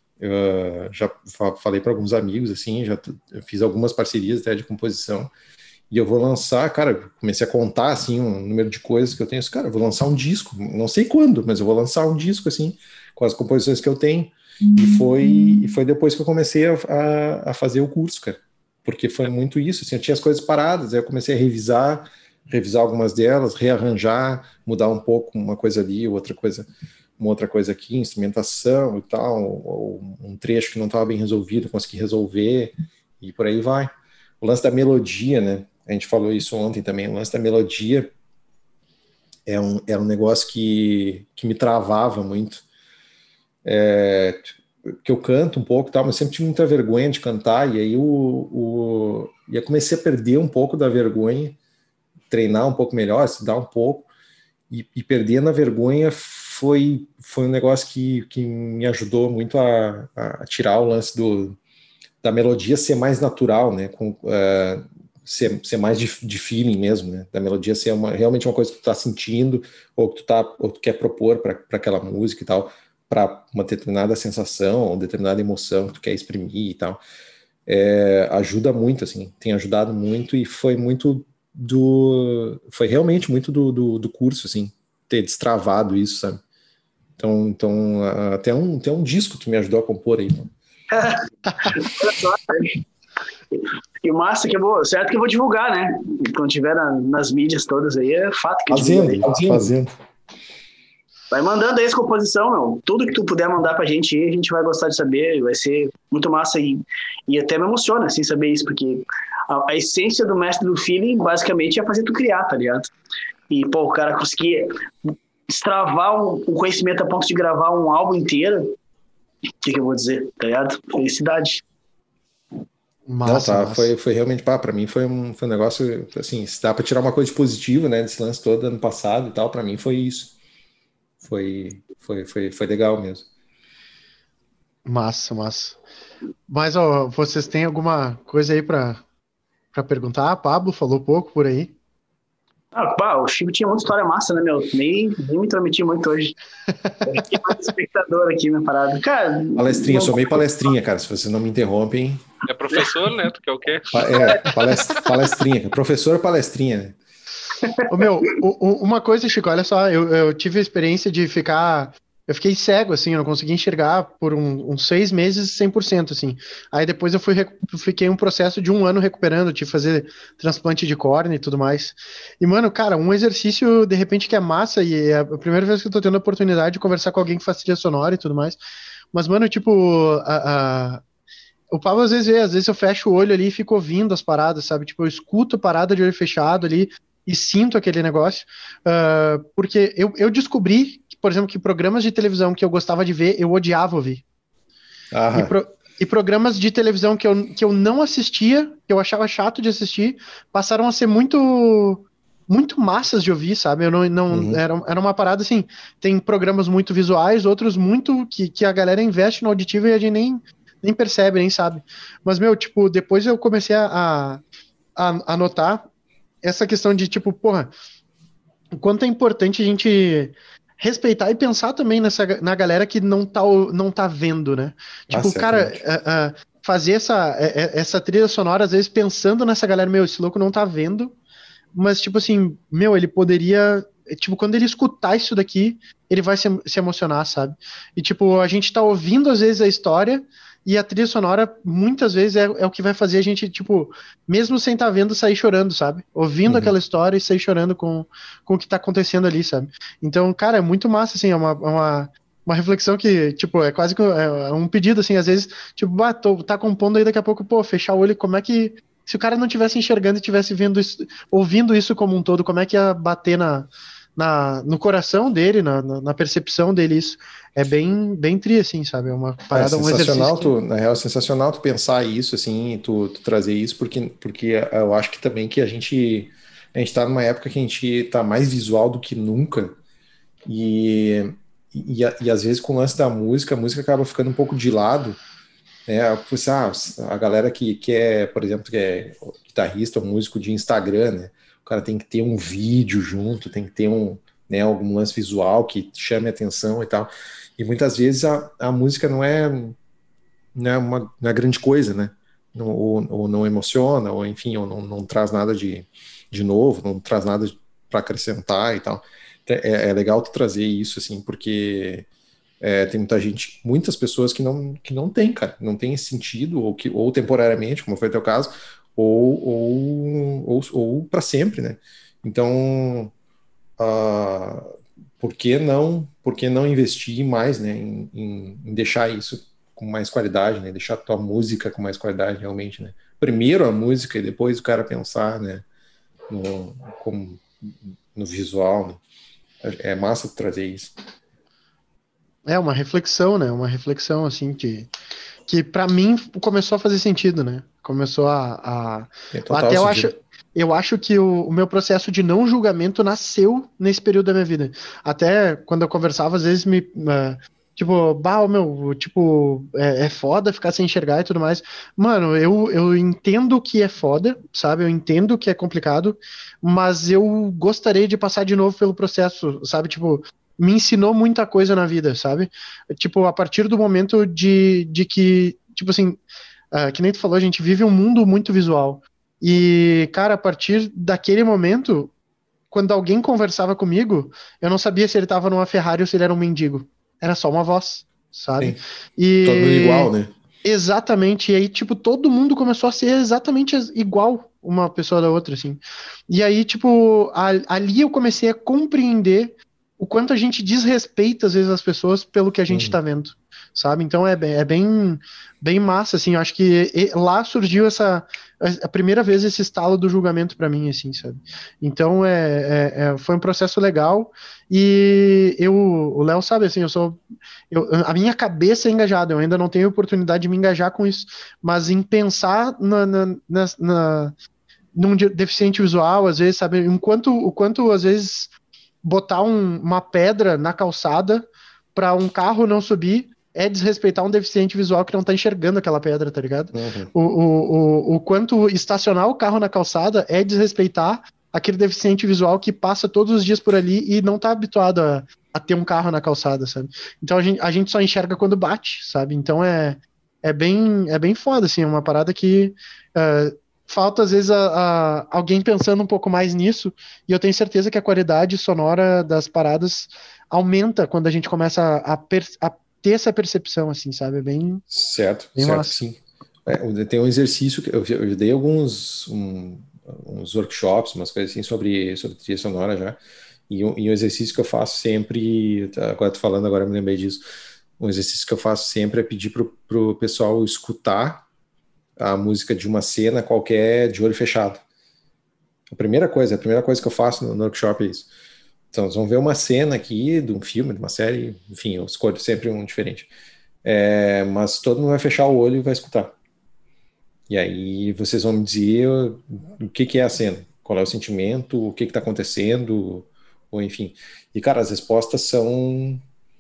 já falei para alguns amigos, assim, eu fiz algumas parcerias até de composição. E eu vou lançar, cara, comecei a contar, assim, um número de coisas que eu tenho. Cara, eu vou lançar um disco, não sei quando, mas eu vou lançar um disco, assim, com as composições que eu tenho. E foi depois que eu comecei a fazer o curso, cara. porque foi muito isso, assim, eu tinha as coisas paradas, aí eu comecei a revisar algumas delas, rearranjar, mudar um pouco uma coisa ali, uma outra coisa aqui, instrumentação e tal, ou um trecho que não estava bem resolvido, consegui resolver, e por aí vai. O lance da melodia, né, a gente falou isso ontem também, o lance da melodia era um negócio que me travava muito, que eu canto um pouco, tal, mas sempre tive muita vergonha de cantar, e aí eu comecei a perder um pouco da vergonha, treinar um pouco melhor, estudar um pouco, e perdendo a vergonha foi um negócio que me ajudou muito a tirar o lance da melodia ser mais natural, né, ser mais de feeling mesmo, né, da melodia ser realmente uma coisa que tu tá sentindo, ou que tu quer propor para aquela música e tal, para uma determinada sensação, ou determinada emoção que tu quer exprimir e tal. Ajuda muito, assim, tem ajudado muito, e foi realmente muito do curso, assim, ter destravado isso, sabe? Então até um disco que me ajudou a compor aí. E massa que eu vou, certo que eu vou divulgar, né? Quando tiver nas mídias todas aí, é fato que eu divulgo. Fazendo. Vai mandando aí as composição, meu. Tudo que tu puder mandar pra gente aí, a gente vai gostar de saber, vai ser muito massa e até me emociona, assim, saber isso, porque a essência do mestre do feeling, basicamente, é fazer tu criar, tá ligado? E, pô, o cara conseguir destravar um conhecimento a ponto de gravar um álbum inteiro, o que eu vou dizer, tá ligado? Felicidade. Massa, não, tá, massa. foi realmente, para mim foi um negócio, assim, se dá para tirar uma coisa de positivo, né, desse lance todo ano passado e tal, para mim foi isso. Foi legal mesmo. Massa. Mas, ó, vocês têm alguma coisa aí pra perguntar? Pablo falou pouco por aí. O Chico tinha muita história massa, né, meu? Nem me intrometi muito hoje. Eu fiquei mais espectador aqui na parada. Cara, Palestrinha, sou meio palestrinha, cara, se vocês não me interrompem. É professor, né? Tu quer o quê? Palestrinha. Professor palestrinha, né? Uma coisa, Chico, olha só, eu tive a experiência de ficar. Eu fiquei cego, assim, eu não consegui enxergar por uns 6 meses 100%, assim. Aí depois eu fiquei um processo de 1 ano recuperando, tive que fazer transplante de córnea e tudo mais. E, mano, cara, um exercício, de repente, que é massa, e é a primeira vez que eu tô tendo a oportunidade de conversar com alguém que faz trilha sonora e tudo mais. Mas, mano, tipo, o Pablo às vezes eu fecho o olho ali e fico ouvindo as paradas, sabe? Tipo, eu escuto a parada de olho fechado ali e sinto aquele negócio. Porque eu descobri, por exemplo, que programas de televisão que eu gostava de ver, eu odiava ouvir. E programas de televisão que eu não assistia, que eu achava chato de assistir, passaram a ser muito massas de ouvir, sabe? Eu não era uma parada assim, tem programas muito visuais, outros muito que a galera investe no auditivo e a gente nem percebe, nem sabe. Mas, meu, tipo, depois eu comecei a notar essa questão de, tipo, porra, o quanto é importante a gente respeitar e pensar também na galera que não tá vendo, né? Tipo, cara, fazer essa trilha sonora, às vezes, pensando nessa galera, meu, esse louco não tá vendo, mas, tipo assim, meu, ele poderia... Tipo, quando ele escutar isso daqui, ele vai se emocionar, sabe? E, tipo, a gente tá ouvindo, às vezes, a história, e a trilha sonora, muitas vezes, é o que vai fazer a gente, tipo, mesmo sem estar vendo, sair chorando, sabe? Ouvindo aquela história e sair chorando com o que tá acontecendo ali, sabe? Então, cara, é muito massa, assim, é uma reflexão que, tipo, é quase que um pedido, assim, às vezes, tipo, tá compondo aí daqui a pouco, pô, fechar o olho, como é que... Se o cara não tivesse enxergando e tivesse ouvindo isso como um todo, como é que ia bater no coração dele, na percepção dele isso? É bem tri, assim, sabe? É uma parada, um exercício. Na real, é sensacional tu pensar isso, assim, tu trazer isso, porque eu acho que também que a gente tá numa época que a gente tá mais visual do que nunca, e às vezes com o lance da música, a música acaba ficando um pouco de lado, né? A galera que é, por exemplo, que é guitarrista ou músico de Instagram, né? O cara tem que ter um vídeo junto, tem que ter algum lance visual que chame atenção e tal. E muitas vezes a música não é uma grande coisa, né? Ou não emociona, ou enfim, ou não traz nada de novo, não traz nada para acrescentar e tal. É legal tu trazer isso, assim, porque Tem muitas pessoas que não tem, cara, não tem esse sentido, ou temporariamente, como foi o teu caso, ou para sempre, né? Então, por que não investir mais, né, em deixar isso com mais qualidade, né? Deixar a tua música com mais qualidade, realmente, né? Primeiro a música e depois o cara pensar, né, no visual, né? É massa trazer isso. É uma reflexão, né? Uma reflexão, assim, que para mim começou a fazer sentido, né? Começou Total até sentido. eu acho que o meu processo de não julgamento nasceu nesse período da minha vida. Até quando eu conversava, às vezes tipo, tipo, é foda ficar sem enxergar e tudo mais. Mano, eu entendo que é foda, sabe? Eu entendo que é complicado, mas eu gostaria de passar de novo pelo processo, sabe? Tipo, me ensinou muita coisa na vida, sabe? Tipo, a partir do momento de que, tipo assim, que nem tu falou, a gente vive um mundo muito visual. E, cara, a partir daquele momento, quando alguém conversava comigo, eu não sabia se ele tava numa Ferrari ou se ele era um mendigo. Era só uma voz, sabe? Sim. Todo mundo E igual, né? exatamente, e aí, tipo, todo mundo começou a ser exatamente igual uma pessoa da outra, assim. E aí, tipo, ali eu comecei a compreender o quanto a gente desrespeita, às vezes, as pessoas pelo que a gente tá vendo, sabe? Então é bem massa, assim, eu acho que lá surgiu a primeira vez esse estalo do julgamento pra mim, assim, sabe? Então foi um processo legal e o Léo sabe, assim, a minha cabeça é engajada, eu ainda não tenho oportunidade de me engajar com isso, mas em pensar num deficiente visual, às vezes, sabe, o quanto às vezes botar uma pedra na calçada para um carro não subir é desrespeitar um deficiente visual que não tá enxergando aquela pedra, tá ligado? Uhum. O quanto estacionar o carro na calçada é desrespeitar aquele deficiente visual que passa todos os dias por ali e não tá habituado a ter um carro na calçada, sabe? Então a gente só enxerga quando bate, sabe? Então é bem foda, assim, é uma parada que falta às vezes alguém pensando um pouco mais nisso, e eu tenho certeza que a qualidade sonora das paradas aumenta quando a gente começa a ter essa percepção, assim, sabe? É bem Certo massa. que sim. Tem um exercício que eu dei uns workshops, umas coisas assim sobre trilha sonora já, e um exercício que eu faço sempre, agora tô falando, agora eu me lembrei disso, um exercício que eu faço sempre é pedir pro pessoal escutar a música de uma cena qualquer de olho fechado. A primeira coisa que eu faço no workshop é isso. Então, eles vão ver uma cena aqui de um filme, de uma série, enfim, eu escolho sempre um diferente. Mas todo mundo vai fechar o olho e vai escutar. E aí vocês vão me dizer o que é a cena, qual é o sentimento, o que está acontecendo, ou enfim. E, cara, as respostas são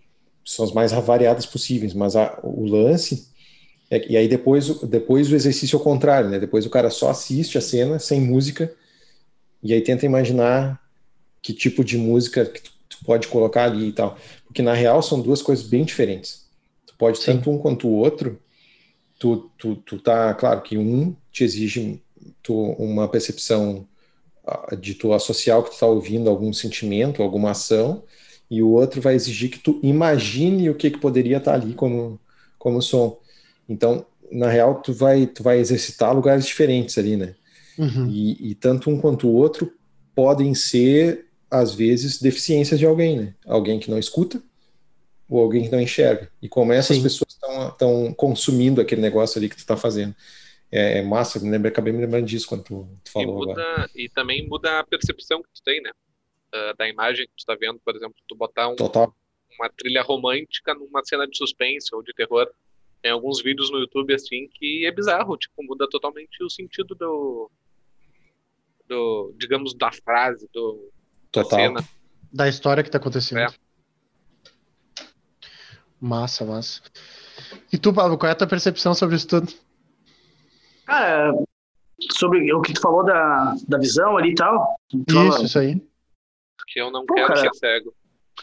as mais variadas possíveis, mas o lance... E aí depois o exercício é o contrário, né? Depois o cara só assiste a cena sem música e aí tenta imaginar que tipo de música que tu pode colocar ali e tal. Porque na real são duas coisas bem diferentes. Tu pode, Sim. Tanto um quanto o outro, tu tá, claro que um te exige uma percepção de tu associar o que tu tá ouvindo a algum sentimento, alguma ação, e o outro vai exigir que tu imagine o que poderia estar ali como som. Então, na real, tu vai exercitar lugares diferentes ali, né? Uhum. E tanto um quanto o outro podem ser, às vezes, deficiências de alguém, né? Alguém que não escuta ou alguém que não enxerga. E como essas Sim. pessoas estão consumindo aquele negócio ali que tu tá fazendo. É massa, acabei me lembrando disso quando tu falou agora. E também muda a percepção que tu tem, né? Da imagem que tu tá vendo, por exemplo, tu botar Total. uma trilha romântica numa cena de suspense ou de terror. Tem alguns vídeos no YouTube, assim, que é bizarro, tipo, muda totalmente o sentido digamos, da frase, da Total. cena. Da história que tá acontecendo. Massa. E tu, Pablo, qual é a tua percepção sobre isso tudo? Cara, sobre o que tu falou da visão ali e tal. Isso aí. Que eu não quero ser cego.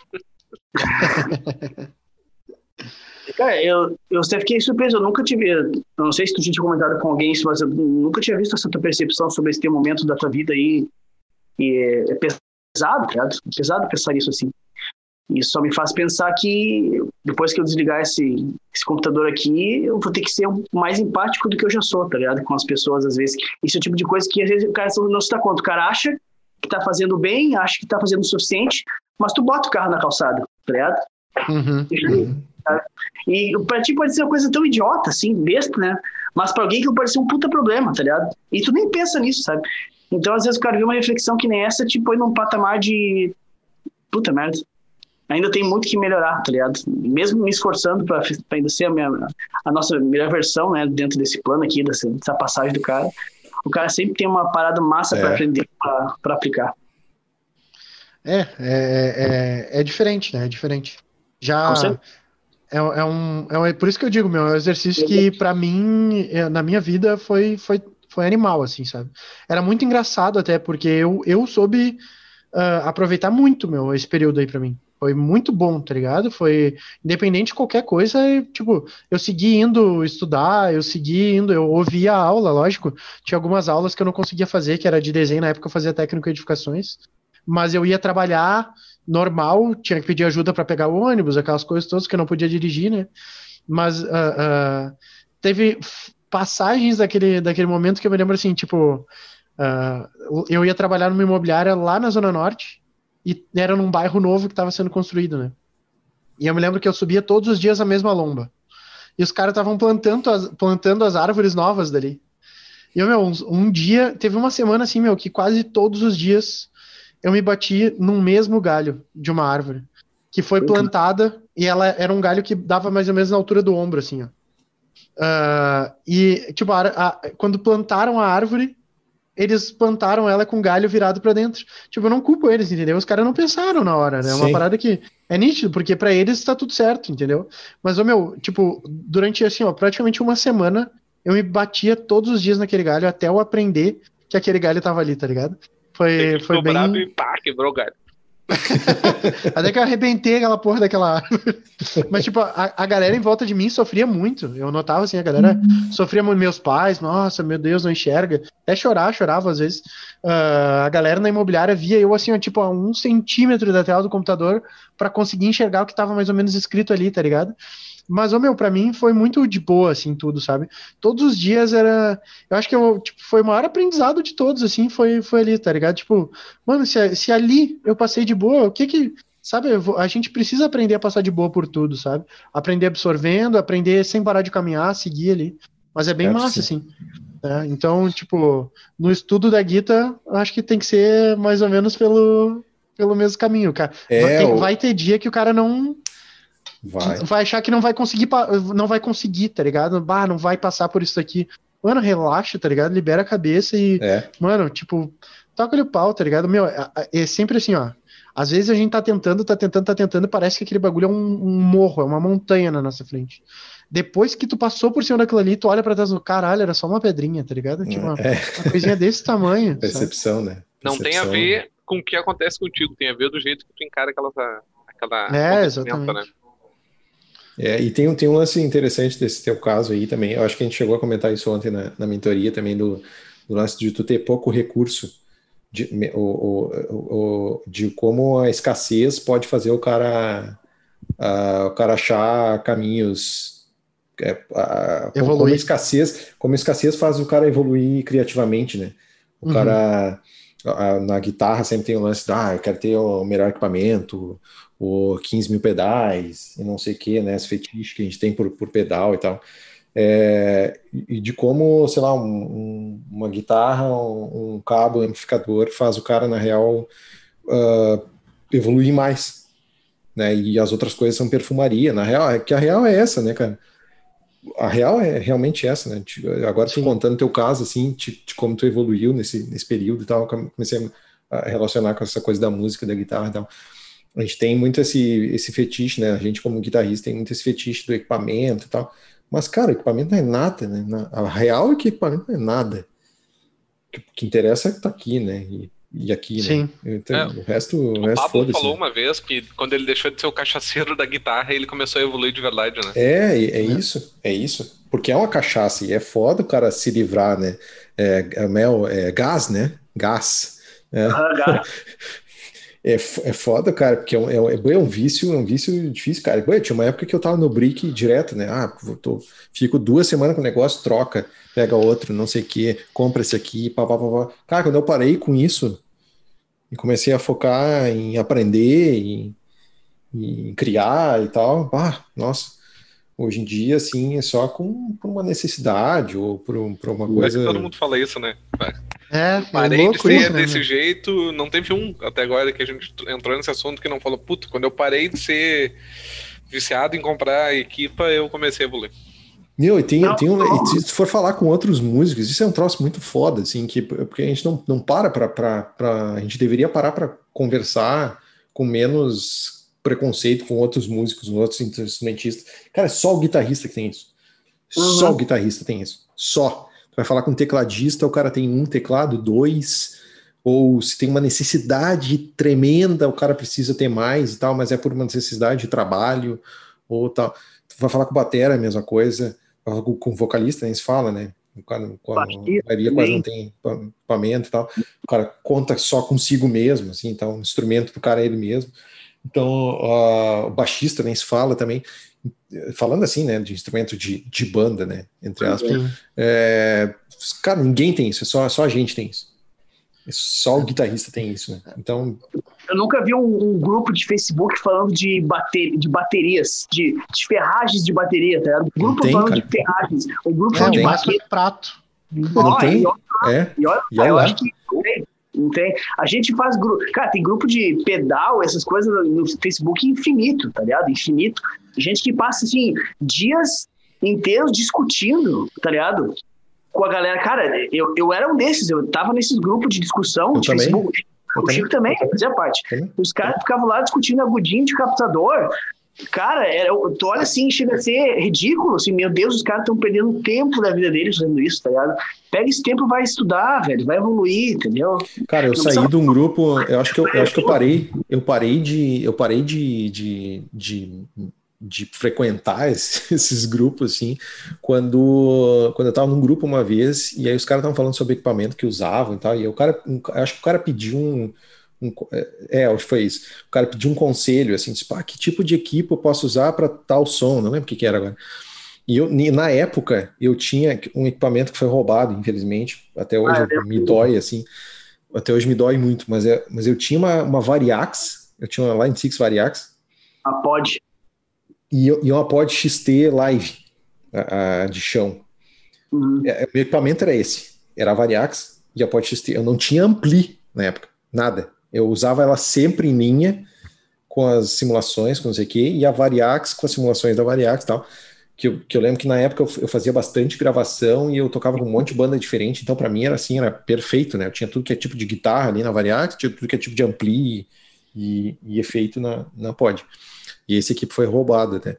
Cara, eu até fiquei surpreso, eu nunca tive, eu não sei se tu tinha comentado com alguém isso, mas eu nunca tinha visto essa tua percepção sobre esse teu momento da tua vida aí, e é pesado, cara, é pesado pensar isso assim. Isso só me faz pensar que depois que eu desligar esse computador aqui, eu vou ter que ser mais empático do que eu já sou, tá ligado? Com as pessoas, às vezes. Isso é o tipo de coisa que às vezes o cara não se dá conta. O cara acha que tá fazendo bem, acha que tá fazendo o suficiente, mas tu bota o carro na calçada, tá ligado? E pra ti pode ser uma coisa tão idiota, assim, besta, né? Mas pra alguém que pode ser um puta problema, tá ligado? E tu nem pensa nisso, sabe? Então, às vezes, o cara vê uma reflexão que nem essa, te põe num patamar de puta merda. Ainda tem muito que melhorar, tá ligado? Mesmo me esforçando pra ainda ser a nossa melhor versão, né? Dentro desse plano aqui, dessa passagem do cara. O cara sempre tem uma parada massa pra aprender, pra aplicar. É diferente, né? É diferente. Já por isso que eu digo, meu, é um exercício que pra mim, na minha vida, foi animal, assim, sabe? Era muito engraçado até, porque eu soube aproveitar muito, meu, esse período aí pra mim. Foi muito bom, tá ligado? Foi, independente de qualquer coisa, tipo, eu segui indo estudar, eu ouvia a aula, lógico. Tinha algumas aulas que eu não conseguia fazer, que era de desenho, na época eu fazia técnico em edificações, mas eu ia trabalhar normal, tinha que pedir ajuda para pegar o ônibus, aquelas coisas todas que eu não podia dirigir, né? Mas teve passagens daquele momento que eu me lembro assim, tipo, eu ia trabalhar numa imobiliária lá na Zona Norte, e era num bairro novo que estava sendo construído, né? E eu me lembro que eu subia todos os dias a mesma lomba. E os caras estavam plantando as árvores novas dali. E eu, meu, um dia, teve uma semana assim, meu, que quase todos os dias eu me bati num mesmo galho de uma árvore, que foi plantada, e ela era um galho que dava mais ou menos na altura do ombro, assim, ó. E, tipo, quando plantaram a árvore, eles plantaram ela com galho virado pra dentro. Tipo, eu não culpo eles, entendeu? Os caras não pensaram na hora, né? É uma parada que é nítido, porque pra eles tá tudo certo, entendeu? Mas, meu, tipo, durante, assim, ó, praticamente uma semana, eu me batia todos os dias naquele galho até eu aprender que aquele galho tava ali, tá ligado? Foi bem... bravo e pá, quebrou o galho. Até que eu arrebentei aquela porra daquela árvore. Mas, tipo, a galera em volta de mim sofria muito. Eu notava, assim, a galera sofria muito. Meus pais, nossa, meu Deus, não enxerga. Até chorava às vezes. A galera na imobiliária via eu, assim, ó, tipo, a 1 centímetro da tela do computador pra conseguir enxergar o que tava mais ou menos escrito ali, tá ligado? Mas, meu, pra mim foi muito de boa, assim, tudo, sabe? Todos os dias era... Eu acho que foi o maior aprendizado de todos, assim, foi ali, tá ligado? Tipo, mano, se ali eu passei de boa, o que... Sabe, a gente precisa aprender a passar de boa por tudo, sabe? Aprender absorvendo, aprender sem parar de caminhar, seguir ali. Mas é bem massa, assim. Né? Então, tipo, no estudo da guita, acho que tem que ser mais ou menos pelo mesmo caminho, cara. Vai ter dia que o cara não... Vai achar que não vai conseguir, tá ligado? Não vai passar por isso aqui. Mano, relaxa, tá ligado? Libera a cabeça e, mano, tipo, toca-lhe o pau, tá ligado? Meu, é sempre assim, ó. Às vezes a gente tá tentando, parece que aquele bagulho é um morro, é uma montanha na nossa frente. Depois que tu passou por cima daquilo ali, tu olha pra trás do caralho, era só uma pedrinha, tá ligado? Tipo, uma coisinha desse tamanho. Percepção, sabe? Né? Não tem a ver com o que acontece contigo, tem a ver do jeito que tu encara aquela exatamente. Né? E tem um lance interessante desse teu caso aí também. Eu acho que a gente chegou a comentar isso ontem na mentoria também, do lance de tu ter pouco recurso, de como a escassez pode fazer o cara achar caminhos. Evoluir. Como a escassez faz o cara evoluir criativamente, né? O cara na guitarra sempre tem o lance eu quero ter o melhor equipamento, o 15 mil pedais, e não sei o que, né? Esse fetiche que a gente tem por pedal e tal. E de como, sei lá, uma guitarra, um cabo, um amplificador faz o cara, na real, evoluir mais, né? E as outras coisas são perfumaria. Na real, que a real é essa, né, cara? A real é realmente essa, né? Agora, tu contando teu caso, assim, de como tu evoluiu nesse período e tal, comecei a relacionar com essa coisa da música, da guitarra e tal. A gente tem muito esse fetiche, né? A gente, como guitarrista, tem muito esse fetiche do equipamento e tal. Mas, cara, equipamento não é nada, né? A real é que equipamento não é nada. O que interessa é que tá aqui, né? E aqui, Sim. Né? Então, o resto Pablo falou uma vez que quando ele deixou de ser o cachaceiro da guitarra, ele começou a evoluir de verdade, né? Isso. Porque é uma cachaça e é foda o cara se livrar, né? Gás, né? Gás. Gás. É foda, cara, porque é um vício difícil, cara. Ué, tinha uma época que eu tava no Brick direto, né? Fico 2 semanas com o negócio, troca, pega outro, não sei o quê, compra esse aqui, pá, pá, pá, pá. Cara, quando eu parei com isso e comecei a focar em aprender e criar e tal, nossa, hoje em dia, assim, é só por uma necessidade ou por uma É que todo coisa. mundo fala isso, né? É Parei de louco ser isso, né, desse meu? jeito, não teve um até agora que a gente entrou nesse assunto que não falou, puta, quando eu parei de ser viciado em comprar equipa, eu comecei a evoluir. Meu, Não, e se for falar com outros músicos, isso é um troço muito foda, assim, porque a gente não a gente deveria parar para conversar com menos preconceito com outros músicos, com outros instrumentistas. Cara, é só o guitarrista que tem isso. Só o guitarrista tem isso. Só. Tu vai falar com um tecladista, o cara tem um teclado, dois, ou se tem uma necessidade tremenda, o cara precisa ter mais e tal, mas é por uma necessidade de trabalho ou tal. Tu vai falar com o batera, a mesma coisa. Com vocalista, nem se fala, né? A maioria quase não tem equipamento e tal. O cara conta só consigo mesmo, assim, então, um instrumento pro cara é ele mesmo. Então, o baixista nem se fala também. Falando assim, né, de instrumento de banda, né, entre aspas. Sim. Cara, ninguém tem isso, só a gente tem isso. Só o guitarrista tem isso, né? Então, eu nunca vi um grupo de Facebook falando de baterias, de ferragens de bateria, tá ligado? Grupo tem, falando cara. de ferragens, um grupo É, falando de o máximo baqueta. é prato. Não tem? E olha, E olha eu lá. acho que não tem. A gente faz grupo. Cara, tem grupo de pedal, essas coisas no Facebook infinito, tá ligado? Infinito. Gente que passa, assim, dias inteiros discutindo, tá ligado? Com a galera. Cara, eu era um desses, eu tava nesses grupos de discussão Eu de também. Facebook. O Chico também, fazia parte. Os caras ficavam lá discutindo agudinho de captador. Cara, tu olha assim, chega a ser ridículo, assim, meu Deus, os caras estão perdendo tempo da vida deles fazendo isso, tá ligado? Pega esse tempo e vai estudar, velho, vai evoluir, entendeu? Cara, eu saí de um grupo, eu acho que eu parei de frequentar esses grupos, assim, quando eu tava num grupo uma vez, e aí os caras estavam falando sobre equipamento que usavam e tal, e acho que o cara pediu acho que foi isso. O cara pediu um conselho, assim, tipo, que tipo de equipo eu posso usar para tal som? Não lembro o que era agora. E na época, eu tinha um equipamento que foi roubado, infelizmente. Até hoje me dói, assim. Até hoje me dói muito, mas eu tinha uma Variax, eu tinha uma Line 6 Variax. A Pod. E uma Pod XT Live, de chão. Uhum. Meu equipamento era esse. Era a Variax e a Pod XT. Eu não tinha ampli na época, nada. Eu usava ela sempre em linha, com as simulações, com não sei o quê, e a Variax com as simulações da Variax e tal. Que eu lembro que na época eu fazia bastante gravação e eu tocava com um monte de banda diferente, então para mim era assim, era perfeito, né? Eu tinha tudo que é tipo de guitarra ali na Variax, tinha tudo que é tipo de ampli e efeito na Pod. E esse aqui foi roubado até.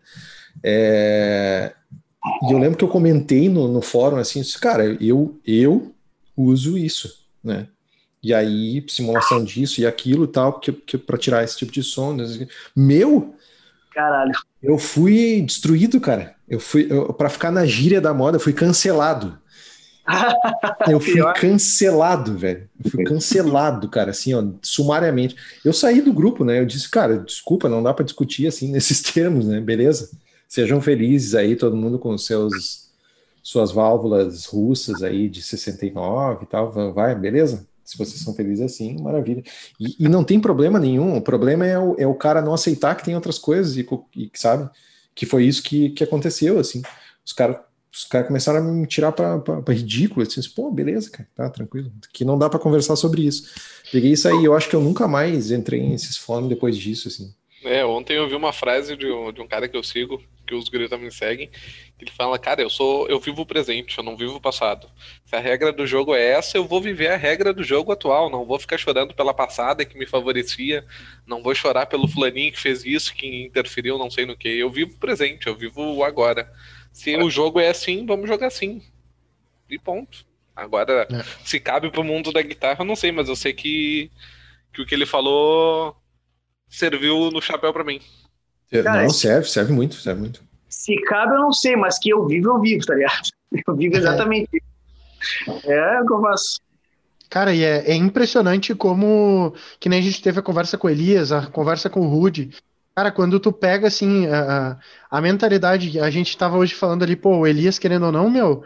E eu lembro que eu comentei no fórum assim, cara, eu uso isso, né? E aí, simulação disso e aquilo e tal, que para tirar esse tipo de som. Caralho. Eu fui destruído, cara. Para ficar na gíria da moda, eu fui cancelado. Eu fui cancelado, velho. Eu fui cancelado, cara, assim, ó, sumariamente. Eu saí do grupo, né? Eu disse, cara, desculpa, não dá para discutir assim nesses termos, né? Beleza? Sejam felizes aí, todo mundo com suas válvulas russas aí de 69 e tal, vai, beleza? Se vocês são felizes assim, maravilha. E não tem problema nenhum, o problema é o cara não aceitar que tem outras coisas e sabe, que foi isso que aconteceu, assim. Os caras começaram a me tirar para ridículo, assim, pô, beleza, cara, tá tranquilo, que não dá para conversar sobre isso. Peguei isso aí, eu acho que eu nunca mais entrei nesses fóruns depois disso, assim. Ontem eu vi uma frase de um cara que eu sigo, que os guris também seguem, que ele fala, cara, eu vivo o presente, eu não vivo o passado. Se a regra do jogo é essa, eu vou viver a regra do jogo atual, não vou ficar chorando pela passada que me favorecia, não vou chorar pelo fulaninho que fez isso, que interferiu não sei no que. Eu vivo o presente, eu vivo o agora. Se o jogo é assim, vamos jogar assim. E ponto. Agora, se cabe pro mundo da guitarra, eu não sei, mas eu sei que o que ele falou serviu no chapéu pra mim. Cara, não, serve muito. Se cabe, eu não sei, mas que eu vivo, tá ligado? Eu vivo exatamente isso. É o que eu faço. Cara, e é impressionante como, que nem a gente teve a conversa com o Elias, a conversa com o Rude. Cara, quando tu pega, assim, a mentalidade, a gente tava hoje falando ali, pô, o Elias, querendo ou não, meu,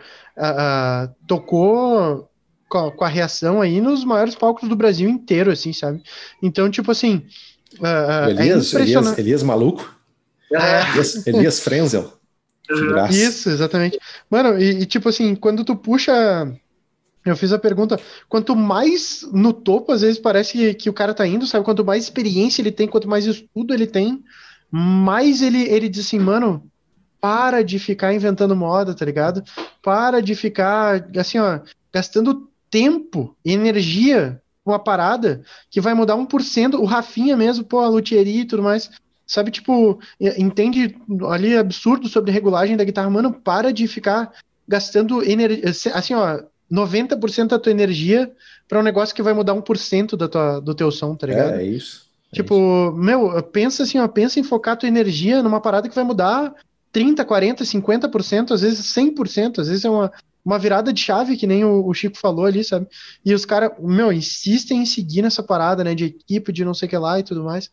tocou com a reação aí nos maiores palcos do Brasil inteiro, assim, sabe? Então, tipo assim, O é impressionante. Elias maluco? Elias Frenzel. Figuraça. Isso, exatamente. Mano, tipo assim, quando tu puxa. Eu fiz a pergunta, quanto mais no topo, às vezes parece que o cara tá indo, sabe? Quanto mais experiência ele tem, quanto mais estudo ele tem, mais ele diz assim, mano, para de ficar inventando moda, tá ligado? Para de ficar, assim, ó, gastando tempo e energia com uma parada que vai mudar 1%. O Rafinha mesmo, pô, a luthieria e tudo mais, sabe? Tipo, entende ali absurdo sobre regulagem da guitarra, mano, para de ficar gastando energia, assim, ó, 90% da tua energia para um negócio que vai mudar 1% do teu som, tá ligado? É isso. Tipo, meu, pensa assim, ó, pensa em focar tua energia numa parada que vai mudar 30, 40, 50%, às vezes 100%, às vezes é uma virada de chave, que nem o Chico falou ali, sabe? E os caras, meu, insistem em seguir nessa parada, né, de equipe, de não sei o que lá e tudo mais.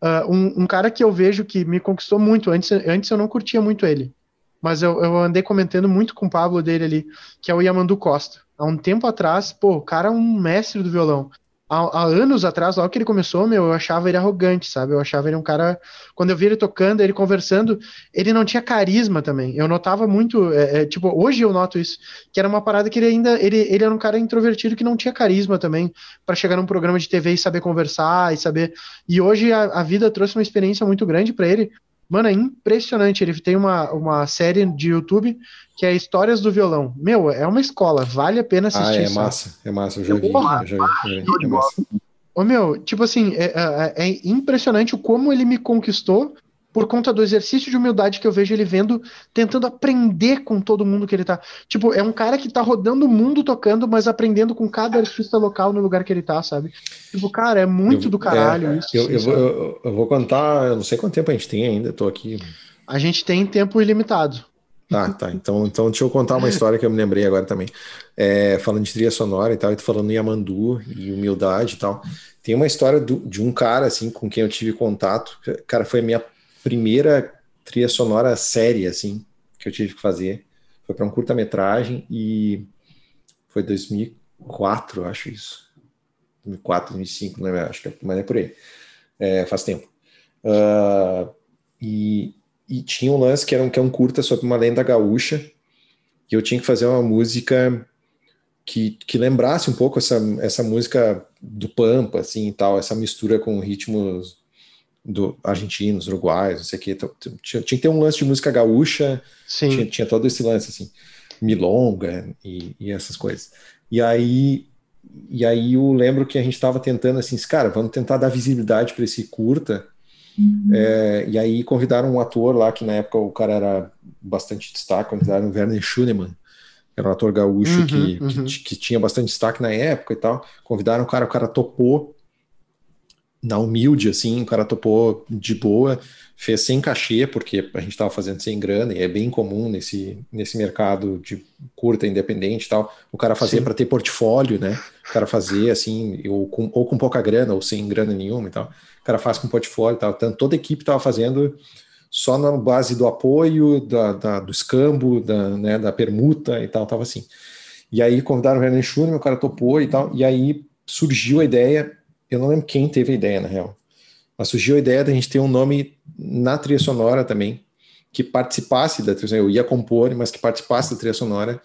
Um cara que eu vejo que me conquistou muito, antes eu não curtia muito ele, mas eu andei comentando muito com o Pablo dele ali, que é o Yamandu Costa. Há um tempo atrás, pô, o cara é um mestre do violão. Há anos atrás, logo que ele começou, meu, eu achava ele arrogante, sabe? Eu achava ele um cara. Quando eu vi ele tocando, ele conversando, ele não tinha carisma também. Eu notava muito, tipo, hoje eu noto isso, que era uma parada que ele ainda. Ele era um cara introvertido que não tinha carisma também, para chegar num programa de TV e saber conversar e saber. E hoje a vida trouxe uma experiência muito grande para ele. Mano, é impressionante. Ele tem uma série de YouTube que é Histórias do Violão. Meu, é uma escola, vale a pena assistir. É massa, eu já vi. É massa. Ô, meu, tipo assim, é impressionante o como ele me conquistou por conta do exercício de humildade que eu vejo ele vendo, tentando aprender com todo mundo que ele tá. Tipo, é um cara que tá rodando o mundo tocando, mas aprendendo com cada artista local no lugar que ele tá, sabe? Tipo, cara, é muito do caralho isso. Eu vou contar, eu não sei quanto tempo a gente tem ainda, tô aqui. A gente tem tempo ilimitado. Tá. Então deixa eu contar uma história que eu me lembrei agora também. Falando de trilha sonora e tal, e tô falando em Yamandu e humildade e tal. Tem uma história de um cara, assim, com quem eu tive contato. Cara, foi a minha primeira trilha sonora séria, assim, que eu tive que fazer. Foi para um curta-metragem e foi 2004, acho isso. 2004, 2005, não lembro, acho que mas é por aí. Faz tempo. E tinha um lance que é um curta sobre uma lenda gaúcha, e eu tinha que fazer uma música que lembrasse um pouco essa música do Pampa, assim, e tal, essa mistura com ritmos argentinos, uruguaios, não sei o que. Então, tinha que ter um lance de música gaúcha, tinha todo esse lance, assim, milonga e essas coisas. E aí eu lembro que a gente estava tentando, assim, cara, vamos tentar dar visibilidade para esse curta. E aí convidaram um ator lá, que na época o cara era bastante destaque, convidaram o Werner Schunemann, que era um ator gaúcho que tinha bastante destaque na época e tal. Convidaram o cara topou na humilde, assim, o cara topou de boa, fez sem cachê, porque a gente estava fazendo sem grana, e é bem comum nesse mercado de curta independente e tal, o cara fazia para ter portfólio, né? O cara fazia assim, ou com pouca grana, ou sem grana nenhuma e tal. O cara faz com portfólio e tal. Então, toda a equipe estava fazendo só na base do apoio, do escambo, da permuta e tal, tava assim. E aí convidaram o Werner Schunemann, o cara topou e tal, e aí surgiu a ideia, eu não lembro quem teve a ideia, na real, mas surgiu a ideia de a gente ter um nome na trilha sonora também, que participasse da trilha sonora, eu ia compor, mas que participasse da trilha sonora,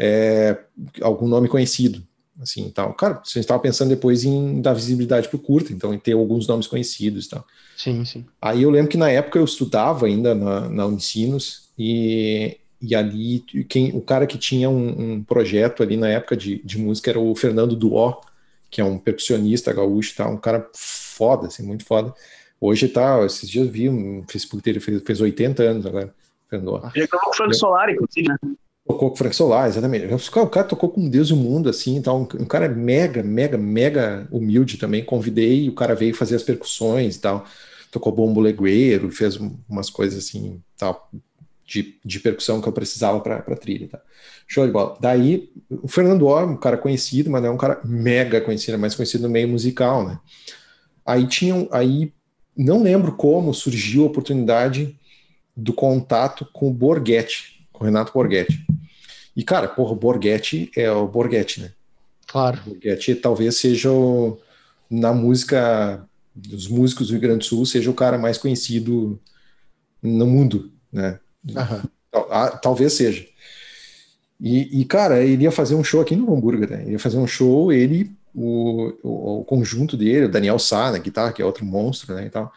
algum nome conhecido, assim, tal. Cara, a gente estava pensando depois em dar visibilidade para o curta, então em ter alguns nomes conhecidos e tal. Sim. Aí eu lembro que na época eu estudava ainda na Unicinos, e ali o cara que tinha um projeto ali na época de música era o Fernando Duó, que é um percussionista gaúcho, tá? Um cara foda, assim, muito foda. Hoje tá, esses dias eu vi no Facebook dele, fez 80 anos agora, Fernando Duó. Ele tocou com o Frank Solar, inclusive, né? Tocou com o Frank Solar, exatamente. O cara tocou com Deus e o mundo, assim, tá? Um cara mega humilde também. Convidei, o cara veio fazer as percussões e tal. Tocou bombo legueiro, fez umas coisas assim, tal. de percussão que eu precisava para trilha, tá? Show de bola. Daí, o Fernando Ó, um cara conhecido, mas não é um cara mega conhecido, é mais conhecido no meio musical, né? Aí não lembro como surgiu a oportunidade do contato com o Borghetti, com o Renato Borghetti. E, cara, porra, o Borghetti é o Borghetti, né? Claro. O Borghetti talvez seja, na música dos músicos do Rio Grande do Sul, seja o cara mais conhecido no mundo, né? Talvez seja. E, cara, ele ia fazer um show aqui no Hamburgo, né? Ele ia fazer um show, o conjunto dele, o Daniel Sá na guitarra, que é outro monstro, né, e tal.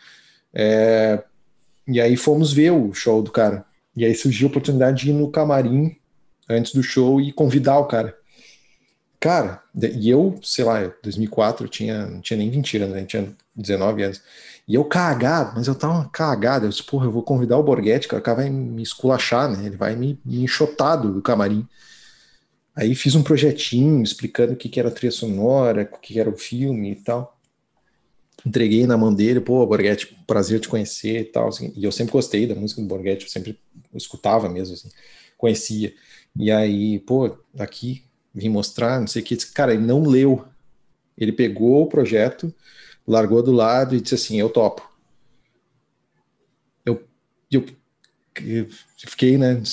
E aí fomos ver o show do cara. E aí surgiu a oportunidade de ir no camarim antes do show e convidar o cara. Cara, e eu, sei lá, 2004, não tinha nem 20 anos, né? Tinha 19 anos. E eu cagado, mas eu tava cagado. Eu disse, porra, eu vou convidar o Borghetti, cara, o cara vai me esculachar, né? Ele vai me enxotar do camarim. Aí fiz um projetinho explicando o que era a trilha sonora, o que era o filme e tal. Entreguei na mão dele, pô, Borghetti, prazer te conhecer e tal. Assim. E eu sempre gostei da música do Borghetti, eu sempre escutava mesmo, assim, conhecia. E aí, pô, aqui, vim mostrar, não sei o que. Cara, ele não leu. Ele pegou o projeto, largou do lado e disse assim, eu topo. Eu fiquei, né...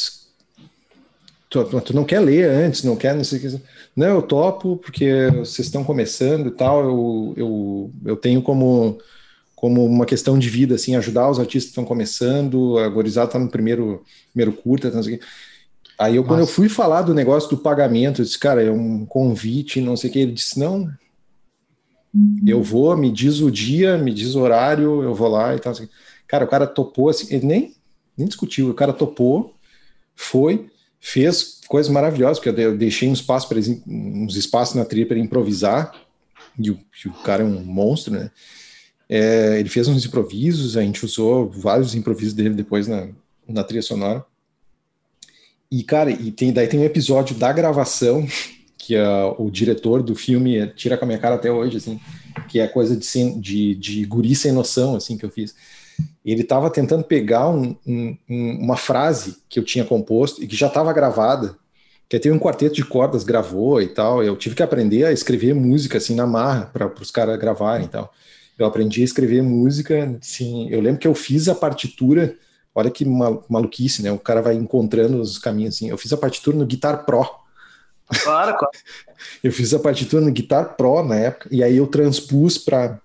Tu não quer ler antes, não quer, não sei o que. Não, eu topo, porque vocês estão começando e tal, eu tenho como uma questão de vida, assim, ajudar os artistas que estão começando, a gurizada tá no primeiro curta, não sei o que. Aí quando eu fui falar do negócio do pagamento, eu disse, cara, é um convite, não sei o que, ele disse, não, eu vou, me diz o dia, me diz o horário, eu vou lá e tal, assim. Cara, o cara topou, assim, ele nem discutiu, o cara topou, foi, fez coisas maravilhosas, porque eu deixei uns espaços na trilha para ele improvisar, e o cara é um monstro, né? Ele fez uns improvisos, a gente usou vários improvisos dele depois na trilha sonora. E, cara, daí tem um episódio da gravação que o diretor do filme tira com a minha cara até hoje, assim, que é coisa de guri sem noção, assim, que eu fiz. Ele estava tentando pegar uma frase que eu tinha composto e que já estava gravada, que tem um quarteto de cordas, gravou e tal. Eu tive que aprender a escrever música assim na marra para os caras gravarem e tal. Eu aprendi a escrever música, assim, eu lembro que eu fiz a partitura, olha que maluquice, né? O cara vai encontrando os caminhos assim. Eu fiz a partitura no Guitar Pro. Claro. Eu fiz a partitura no Guitar Pro na época, e aí eu transpus para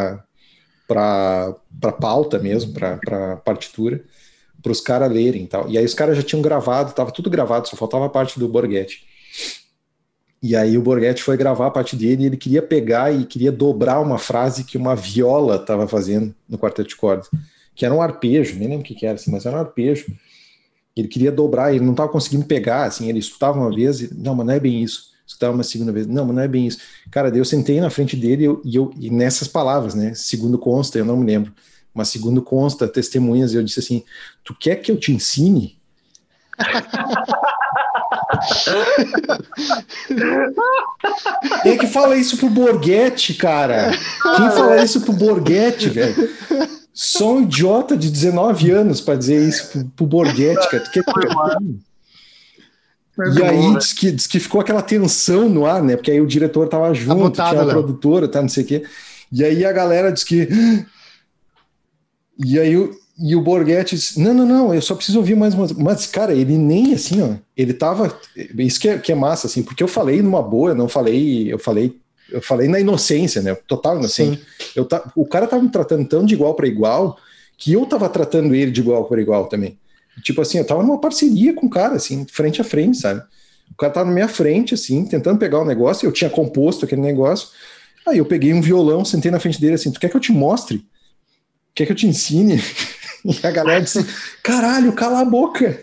pauta mesmo, para partitura, para os caras lerem e tal. E aí os caras já tinham gravado, estava tudo gravado, só faltava a parte do Borghetti. E aí o Borghetti foi gravar a parte dele e ele queria pegar e queria dobrar uma frase que uma viola estava fazendo no quarteto de cordas, que era um arpejo, nem lembro o que era, assim, mas era um arpejo. Ele queria dobrar, ele não estava conseguindo pegar, assim, ele escutava uma vez e, não, mas não é bem isso. Escutava uma segunda vez, não, mas não é bem isso. Cara, daí eu sentei na frente dele e nessas palavras, né, segundo consta, eu não me lembro, mas segundo consta, testemunhas, eu disse assim, tu quer que eu te ensine? Quem é que fala isso pro Borghetti, cara? Quem fala isso pro Borghetti, velho? Só um idiota de 19 anos para dizer isso pro Borghetti, cara. E aí diz que ficou aquela tensão no ar, né? Porque aí o diretor tava junto, botado, tinha a produtora, tá, não sei o quê. E aí a galera diz que... E aí o Borghetti disse, não, eu só preciso ouvir mais uma... Mas, cara, ele nem assim, ó, ele tava... Isso que é massa, assim, porque eu falei numa boa, eu falei na inocência, né? Total inocente. O cara tava me tratando tão de igual para igual que eu tava tratando ele de igual para igual também. Tipo assim, eu tava numa parceria com o cara, assim, frente a frente, sabe? O cara tava na minha frente, assim, tentando pegar o negócio, eu tinha composto aquele negócio. Aí eu peguei um violão, sentei na frente dele assim, tu quer que eu te mostre? Quer que eu te ensine? E a galera disse, caralho, cala a boca.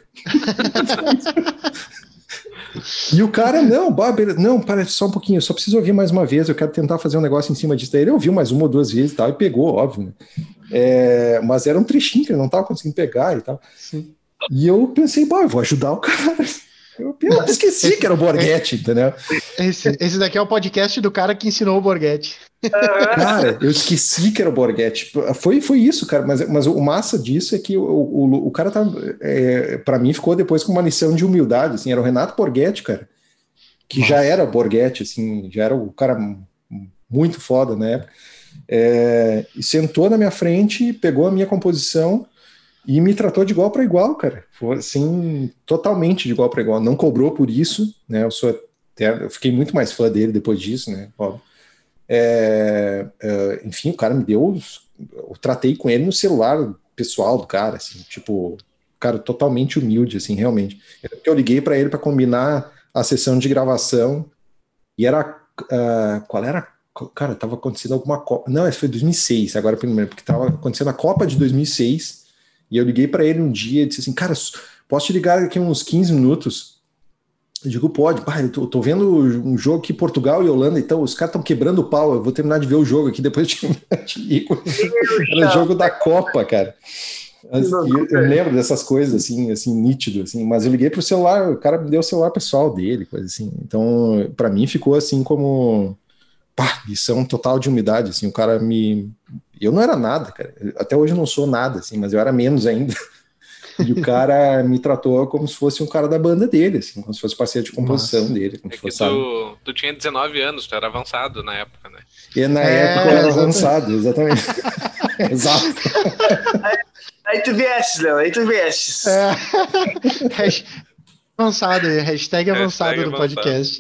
E o cara, não, para só um pouquinho, eu só preciso ouvir mais uma vez, eu quero tentar fazer um negócio em cima disso. Daí ele ouviu mais uma ou duas vezes e tal, e pegou, óbvio, né? Mas era um trechinho que ele não estava conseguindo pegar e tal. Sim. E eu pensei, eu vou ajudar o cara. Eu esqueci que era o Borghetti, entendeu? Esse daqui é o podcast do cara que ensinou o Borghetti. Cara, eu esqueci que era o Borghetti. Foi isso, cara. Mas o massa disso é que o cara tá. Pra mim, ficou depois com uma lição de humildade. Assim, era o Renato Borghetti, cara. Que Nossa. já era Borghetti, assim, já era o cara muito foda na época. E sentou na minha frente, pegou a minha composição e me tratou de igual para igual, cara. Foi assim, totalmente de igual para igual. Não cobrou por isso, né? Eu fiquei muito mais fã dele depois disso, né? Óbvio. Enfim, o cara me deu. Eu tratei com ele no celular pessoal do cara, assim, tipo, cara totalmente humilde, assim, realmente. Eu liguei para ele para combinar a sessão de gravação e era. Qual era? Cara, tava acontecendo alguma Copa. Não, esse foi 2006, agora primeiro, porque tava acontecendo a Copa de 2006. E eu liguei para ele um dia e disse assim: cara, posso te ligar aqui uns 15 minutos? Eu digo, pode. Pai, eu tô vendo um jogo aqui, Portugal e Holanda, então os caras estão quebrando o pau. Eu vou terminar de ver o jogo aqui, depois eu te ligo. Era o jogo da Copa, cara. Eu lembro dessas coisas, assim, nítido, assim. Mas eu liguei pro celular, o cara me deu o celular pessoal dele, coisa assim. Então, para mim, ficou assim como... lição total de humildade, assim. O cara eu não era nada, cara. Até hoje eu não sou nada, assim, mas eu era menos ainda. E o cara me tratou como se fosse um cara da banda dele, assim, como se fosse parceiro de composição dele. Como se fosse, tu tinha 19 anos, tu era avançado na época, né? E na época eu era avançado, exatamente. Exato. Aí tu viestes, Léo, aí tu viestes. Avançado aí, hashtag avançado do podcast.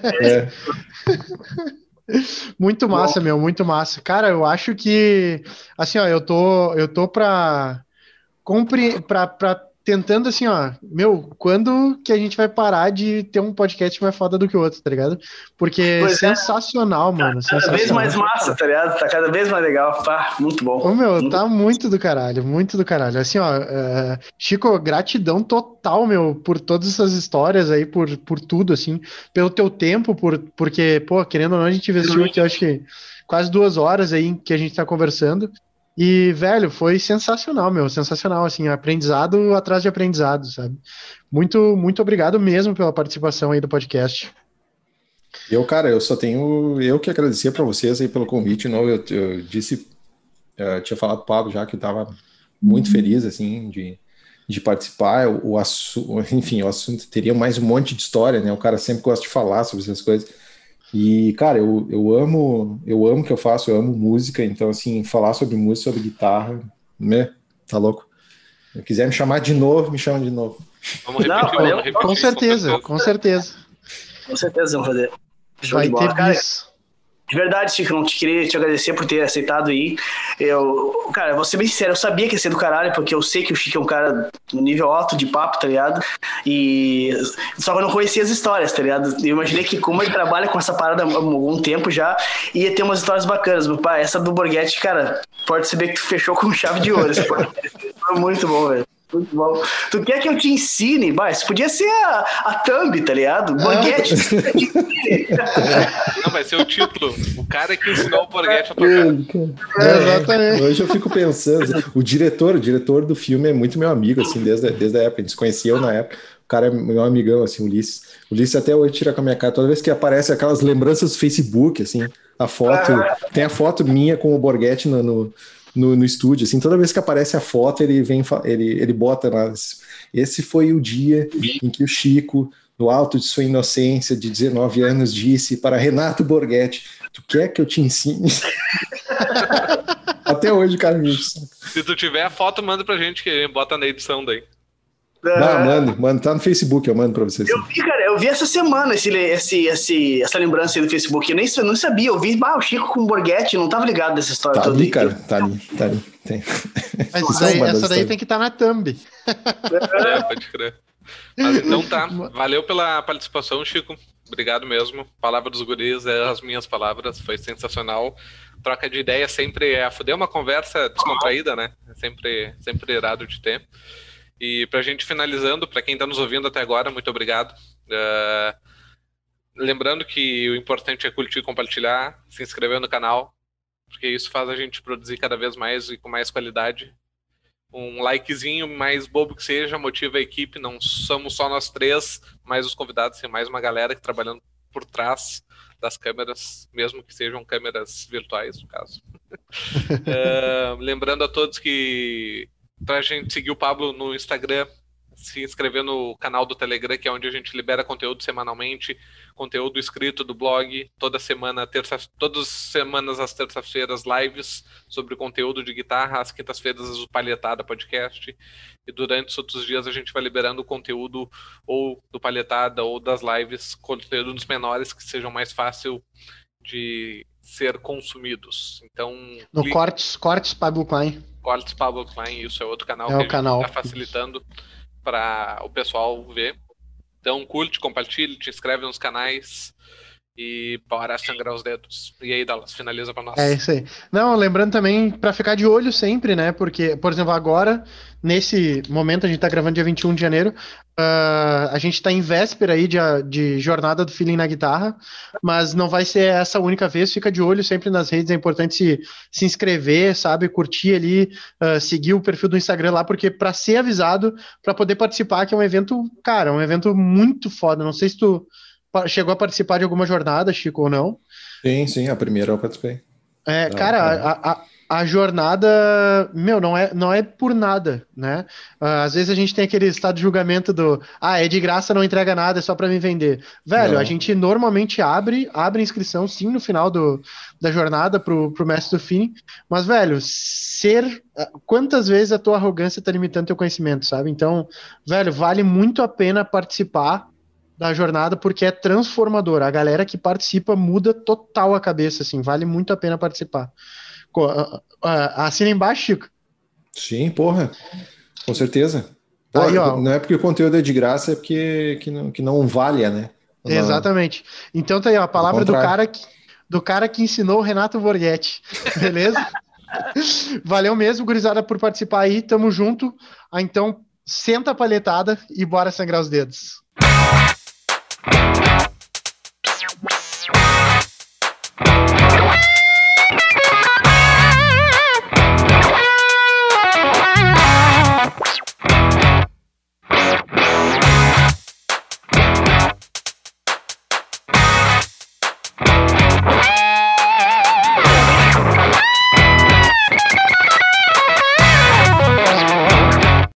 Muito massa, meu, muito massa. Cara, eu acho que, assim, ó, eu tô pra tentando, assim, ó, meu, quando que a gente vai parar de ter um podcast mais foda do que o outro, tá ligado? Porque sensacional, mano, Cada sensacional. vez mais massa, tá ligado? Tá cada vez mais legal, pá, muito bom. Ô, meu, tá muito do caralho, muito do caralho. Assim, ó, Chico, gratidão total, meu, por todas essas histórias aí, por tudo, assim, pelo teu tempo, porque, pô, querendo ou não, a gente investiu aqui, eu acho que quase 2 horas aí que a gente tá conversando. E, velho, foi sensacional, meu, sensacional, assim, aprendizado atrás de aprendizado, sabe? Muito, muito obrigado mesmo pela participação aí do podcast. Cara, eu só tenho eu que agradecer para vocês aí pelo convite. Não, eu disse, eu tinha falado pro Pablo já que eu estava muito feliz, assim, de participar. Enfim, o assunto teria mais um monte de história, né? O cara sempre gosta de falar sobre essas coisas. E, cara, eu amo o que eu faço, eu amo música, então, assim, falar sobre música, sobre guitarra, né? Tá louco? Se quiser me chamar de novo, me chama de novo. Vamos repetir. Com certeza, com certeza. Com certeza vamos fazer. Show Vai de bola. ter Cara, bis. de verdade, Chico, não queria te agradecer por ter aceitado aí. Cara, vou ser bem sincero, eu sabia que ia ser do caralho, porque eu sei que o Chico é um cara no nível alto de papo, tá ligado? Só que eu não conhecia as histórias, tá ligado? Eu imaginei que, como ele trabalha com essa parada há algum tempo já, ia ter umas histórias bacanas. Meu pai, essa do Borghetti, cara, pode saber que tu fechou com chave de ouro. Foi muito bom, velho. Muito bom. Tu quer que eu te ensine? Vai, isso podia ser a thumb, tá ligado? Borghetti. Não, vai ser o título. O cara que ensinou o Borghetti a tocar. Exatamente. Hoje eu fico pensando, o diretor do filme é muito meu amigo, assim, desde a época, a gente se conhecia na época. O cara é meu amigão, assim, o Ulisses. O Ulisses até hoje tira com a minha cara, toda vez que aparece aquelas lembranças do Facebook, assim, a foto, tem a foto minha com o Borghetti no estúdio, assim, toda vez que aparece a foto, ele bota lá. Esse foi o dia em que o Chico, no alto de sua inocência de 19 anos, disse para Renato Borghetti: tu quer que eu te ensine? Até hoje, cara, se tu tiver a foto, manda pra gente, que bota na edição daí. Mano, tá no Facebook, eu mando pra vocês. Eu vi essa semana essa lembrança aí do Facebook. Eu não sabia, eu vi o Chico com o Borghetti, não tava ligado dessa história tá toda. Ali, cara, tá ali. Tem. Mas essa daí tem que estar na thumb. Pode crer. Mas então tá, valeu pela participação, Chico. Obrigado mesmo. Palavra dos guris é as minhas palavras, foi sensacional. Troca de ideia sempre é fuder uma conversa descontraída, né? É sempre irado de ter. E pra gente finalizando, pra quem tá nos ouvindo até agora, muito obrigado. Lembrando que o importante é curtir, compartilhar, se inscrever no canal, porque isso faz a gente produzir cada vez mais e com mais qualidade. um likezinho, mais bobo que seja, motiva a equipe. Não somos só nós três, mas os convidados, tem mais uma galera que trabalhando por trás das câmeras, mesmo que sejam câmeras virtuais, no caso. Lembrando a todos que pra gente seguir o Pablo no Instagram, se inscrever no canal do Telegram, que é onde a gente libera conteúdo semanalmente, conteúdo escrito do blog, todas as semanas às terças-feiras, lives sobre conteúdo de guitarra, às quintas-feiras o Palhetada Podcast, e durante os outros dias a gente vai liberando o conteúdo ou do Palhetada ou das lives, conteúdos menores que sejam mais fácil de ser consumidos. Então, no Cortes Pablo Klein. Cortes Pablo Klein, isso é outro canal que a gente está facilitando para o pessoal ver. Então curte, compartilhe, te inscreve nos canais e bora sangrar os dedos. E aí, Dallas, finaliza para nós. É isso aí. Não, lembrando também para ficar de olho sempre, né? Porque, por exemplo, agora, nesse momento, a gente tá gravando dia 21 de janeiro, a gente tá em véspera aí de jornada do Feeling na guitarra, mas não vai ser essa única vez. Fica de olho sempre nas redes, é importante se inscrever, sabe? Curtir ali, seguir o perfil do Instagram lá, porque para ser avisado, para poder participar, que é um evento, cara, um evento muito foda. Não sei se tu chegou a participar de alguma jornada, Chico, ou não? Sim, a primeira eu participei. Cara, a jornada, não é por nada, né? Às vezes a gente tem aquele estado de julgamento é de graça, não entrega nada, é só pra me vender. Velho, a gente normalmente abre inscrição, sim, no final da jornada pro mestre do Feeling, mas, velho, quantas vezes a tua arrogância tá limitando teu conhecimento, sabe? Então, velho, vale muito a pena participar da jornada, porque é transformador. A galera que participa muda total a cabeça, assim, vale muito a pena participar. Assina embaixo, Chico. Sim, porra, com certeza. Porra, aí, não é porque o conteúdo é de graça, é porque que não vale, né? Exatamente. Então tá aí, ó, a palavra do cara que ensinou o Renato Borghetti, beleza? Valeu mesmo, gurizada, por participar aí, tamo junto. Então, senta a palhetada e bora sangrar os dedos.